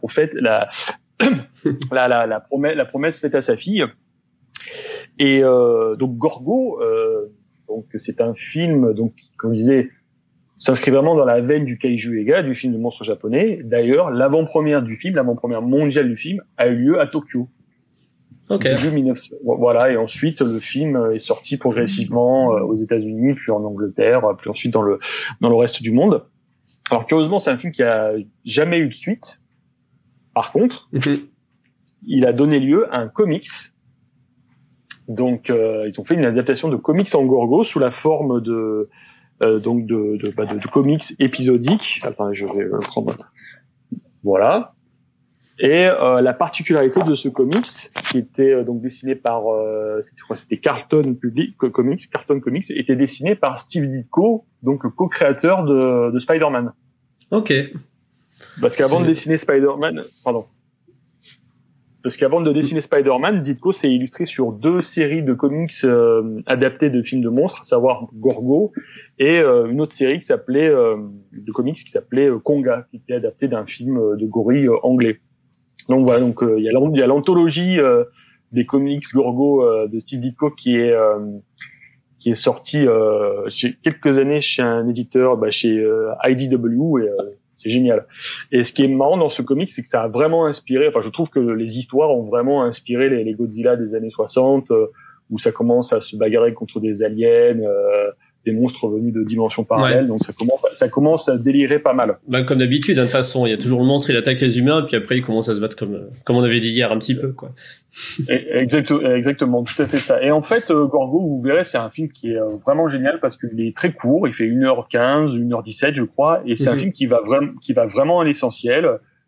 promesse faite à sa fille. Et donc Gorgo, donc c'est un film donc comme je disais s'inscrit vraiment dans la veine du kaiju Ega, du film de monstre japonais. D'ailleurs, l'avant-première mondiale du film a eu lieu à Tokyo. Ok. Début 1900. Voilà, et ensuite le film est sorti progressivement aux États-Unis, puis en Angleterre, puis ensuite dans le reste du monde. Alors curieusement, c'est un film qui a jamais eu de suite. Par contre, il a donné lieu à un comics. Donc, ils ont fait une adaptation de comics en Gorgo sous la forme de comics épisodiques. Attends, je vais le prendre. Voilà. Et la particularité de ce comics, qui était donc dessiné par, c'était Carlton Comics, était dessiné par Steve Ditko, donc le co-créateur de Spider-Man. Ok. Parce qu'avant de dessiner Spider-Man, Ditko s'est illustré sur 2 séries de comics adaptés de films de monstres, à savoir Gorgo et une autre série de comics qui s'appelait Konga, qui était adapté d'un film de gorille anglais. Donc voilà, il y a l'anthologie des comics Gorgo de Steve Ditko qui est sorti chez quelques années chez un éditeur, chez IDW, et c'est génial. Et ce qui est marrant dans ce comic, c'est que ça a vraiment inspiré, je trouve que les histoires ont vraiment inspiré les Godzilla des années 60, où ça commence à se bagarrer contre des aliens, des monstres venus de dimensions parallèles, donc ça commence à délirer pas mal. Comme d'habitude, de toute façon, il y a toujours le monstre, il attaque les humains, puis après il commence à se battre comme on avait dit hier un petit peu, quoi. Exactement, tout à fait ça. Et en fait, Gorgo, vous verrez, c'est un film qui est vraiment génial parce qu'il est très court, il fait 1h15, 1h17, je crois, et c'est un film qui va vraiment à l'essentiel.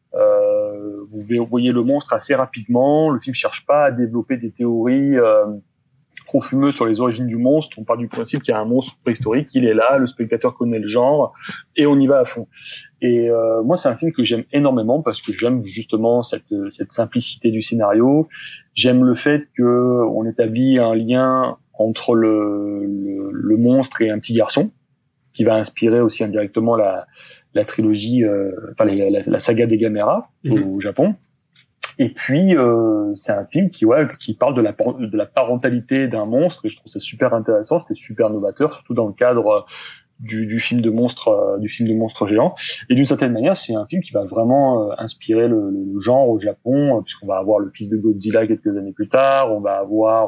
Vous voyez le monstre assez rapidement, le film cherche pas à développer des théories trop fumeux sur les origines du monstre. On part du principe qu'il y a un monstre préhistorique, il est là, le spectateur connaît le genre, et on y va à fond. Et moi, c'est un film que j'aime énormément parce que j'aime justement cette simplicité du scénario. J'aime le fait que on établit un lien entre le monstre et un petit garçon, qui va inspirer aussi indirectement la trilogie, la saga des Gamera au Japon. Et puis c'est un film qui parle de la parentalité d'un monstre, et je trouve ça super intéressant, c'était super novateur, surtout dans le cadre du film de monstre géant. Et d'une certaine manière, c'est un film qui va vraiment inspirer le genre au Japon, puisqu'on va avoir le fils de Godzilla quelques années plus tard, on va avoir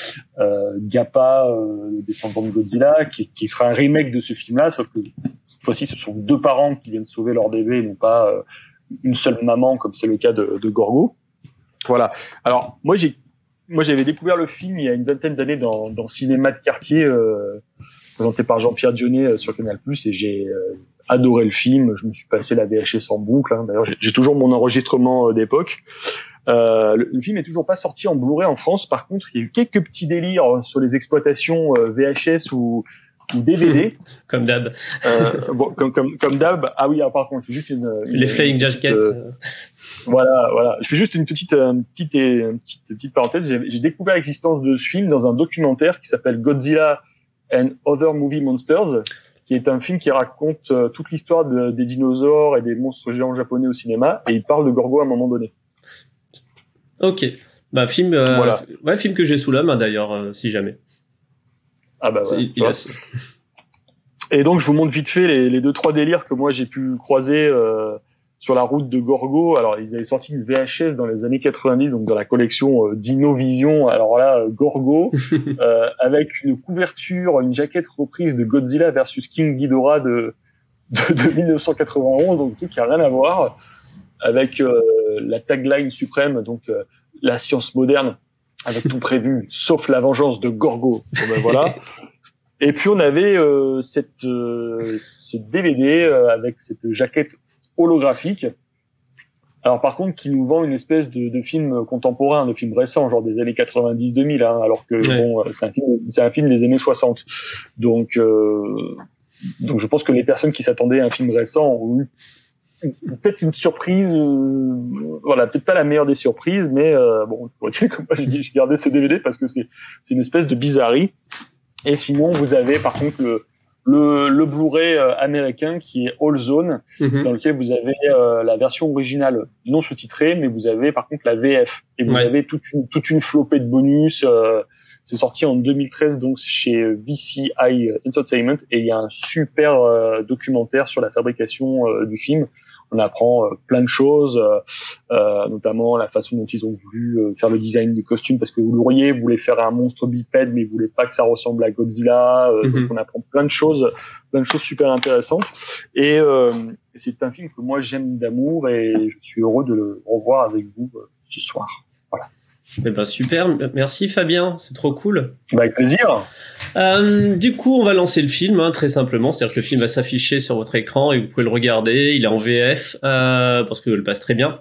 Gappa, le descendant de Godzilla, qui sera un remake de ce film-là, sauf que cette fois-ci, ce sont 2 parents qui viennent sauver leur bébé, et non pas une seule maman, comme c'est le cas de Gorgo. Voilà. Alors moi j'avais découvert le film il y a une vingtaine d'années dans Cinéma de quartier, présenté par Jean-Pierre Dionnet sur Canal+, et j'ai adoré le film. Je me suis passé la VHS en boucle. D'ailleurs, j'ai toujours mon enregistrement d'époque. Le film est toujours pas sorti en Blu-ray en France. Par contre, il y a eu quelques petits délires sur les exploitations VHS ou DVD. Comme d'hab. Comme d'hab. Ah oui, par contre, je fais juste les Flying Jackets. Voilà. Je fais juste une petite parenthèse. J'ai découvert l'existence de ce film dans un documentaire qui s'appelle Godzilla and Other Movie Monsters, qui est un film qui raconte toute l'histoire des dinosaures et des monstres géants japonais au cinéma, et il parle de Gorgo à un moment donné. Ok. Film que j'ai sous la main d'ailleurs, si jamais. Ah bah voilà. Et donc je vous montre vite fait les 2-3 délires que moi j'ai pu croiser sur la route de Gorgo. Alors ils avaient sorti une VHS dans les années 90, donc dans la collection Dinovision. Alors là, Gorgo avec une couverture, une jaquette reprise de Godzilla versus King Ghidorah de 1991, donc tout qui a rien à voir, avec la tagline suprême, donc la science moderne, avec tout prévu, sauf la vengeance de Gorgo. Ben voilà. Et puis on avait ce DVD avec cette jaquette holographique. Alors par contre, qui nous vend une espèce de film contemporain, de film récent, genre des années 90-2000, alors que c'est un film des années 60. Donc je pense que les personnes qui s'attendaient à un film récent ont eu peut-être une surprise, peut-être pas la meilleure des surprises, mais comme moi j'ai gardé ce DVD parce que c'est une espèce de bizarrerie. Et sinon, vous avez par contre le Blu-ray américain qui est All Zone, dans lequel vous avez la version originale non sous-titrée, mais vous avez par contre la VF, et vous avez toute une flopée de bonus. C'est sorti en 2013 donc chez VCI Entertainment, et il y a un super documentaire sur la fabrication du film. On apprend plein de choses, notamment la façon dont ils ont voulu faire le design du costume, parce que vous l'auriez voulu faire un monstre bipède, mais ils voulaient pas que ça ressemble à Godzilla. Donc on apprend plein de choses super intéressantes. Et c'est un film que moi j'aime d'amour, et je suis heureux de le revoir avec vous ce soir. Voilà. Eh ben super, merci Fabien, c'est trop cool. Avec plaisir. Du coup, on va lancer le film, très simplement. C'est-à-dire que le film va s'afficher sur votre écran et vous pouvez le regarder. Il est en VF parce que le passe très bien.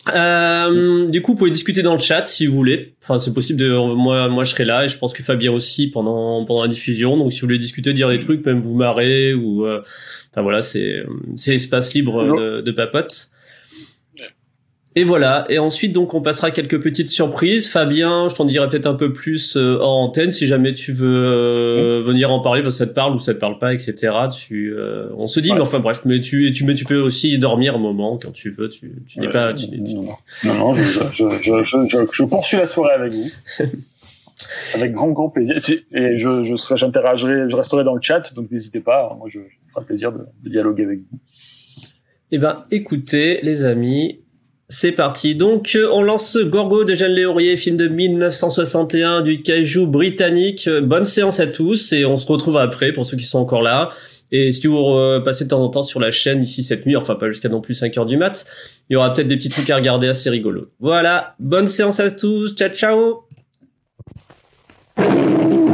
Du coup, vous pouvez discuter dans le chat si vous voulez. Enfin, c'est possible moi, je serai là et je pense que Fabien aussi pendant la diffusion. Donc, si vous voulez discuter, dire des trucs, même vous marrer ou, enfin voilà, c'est espace libre de papote. Et voilà. Et ensuite, donc, on passera à quelques petites surprises. Fabien, je t'en dirai peut-être un peu plus hors antenne si jamais tu veux venir en parler parce que ça te parle ou ça te parle pas, etc. On se dit, mais enfin bref, mais tu peux aussi dormir un moment quand tu veux. Tu n'es pas. Non, je poursuis la soirée avec vous. Avec grand plaisir. Et j'interagirai, je resterai dans le chat, donc n'hésitez pas. Moi, je ferai plaisir de dialoguer avec vous. Eh ben, écoutez, les amis. C'est parti. Donc, on lance Gorgo de Jeanne Léaurier, film de 1961 du kaiju britannique. Bonne séance à tous et on se retrouve après pour ceux qui sont encore là. Et si vous passez de temps en temps sur la chaîne ici cette nuit, enfin pas jusqu'à non plus 5h du mat, il y aura peut-être des petits trucs à regarder assez rigolos. Voilà. Bonne séance à tous. Ciao, ciao.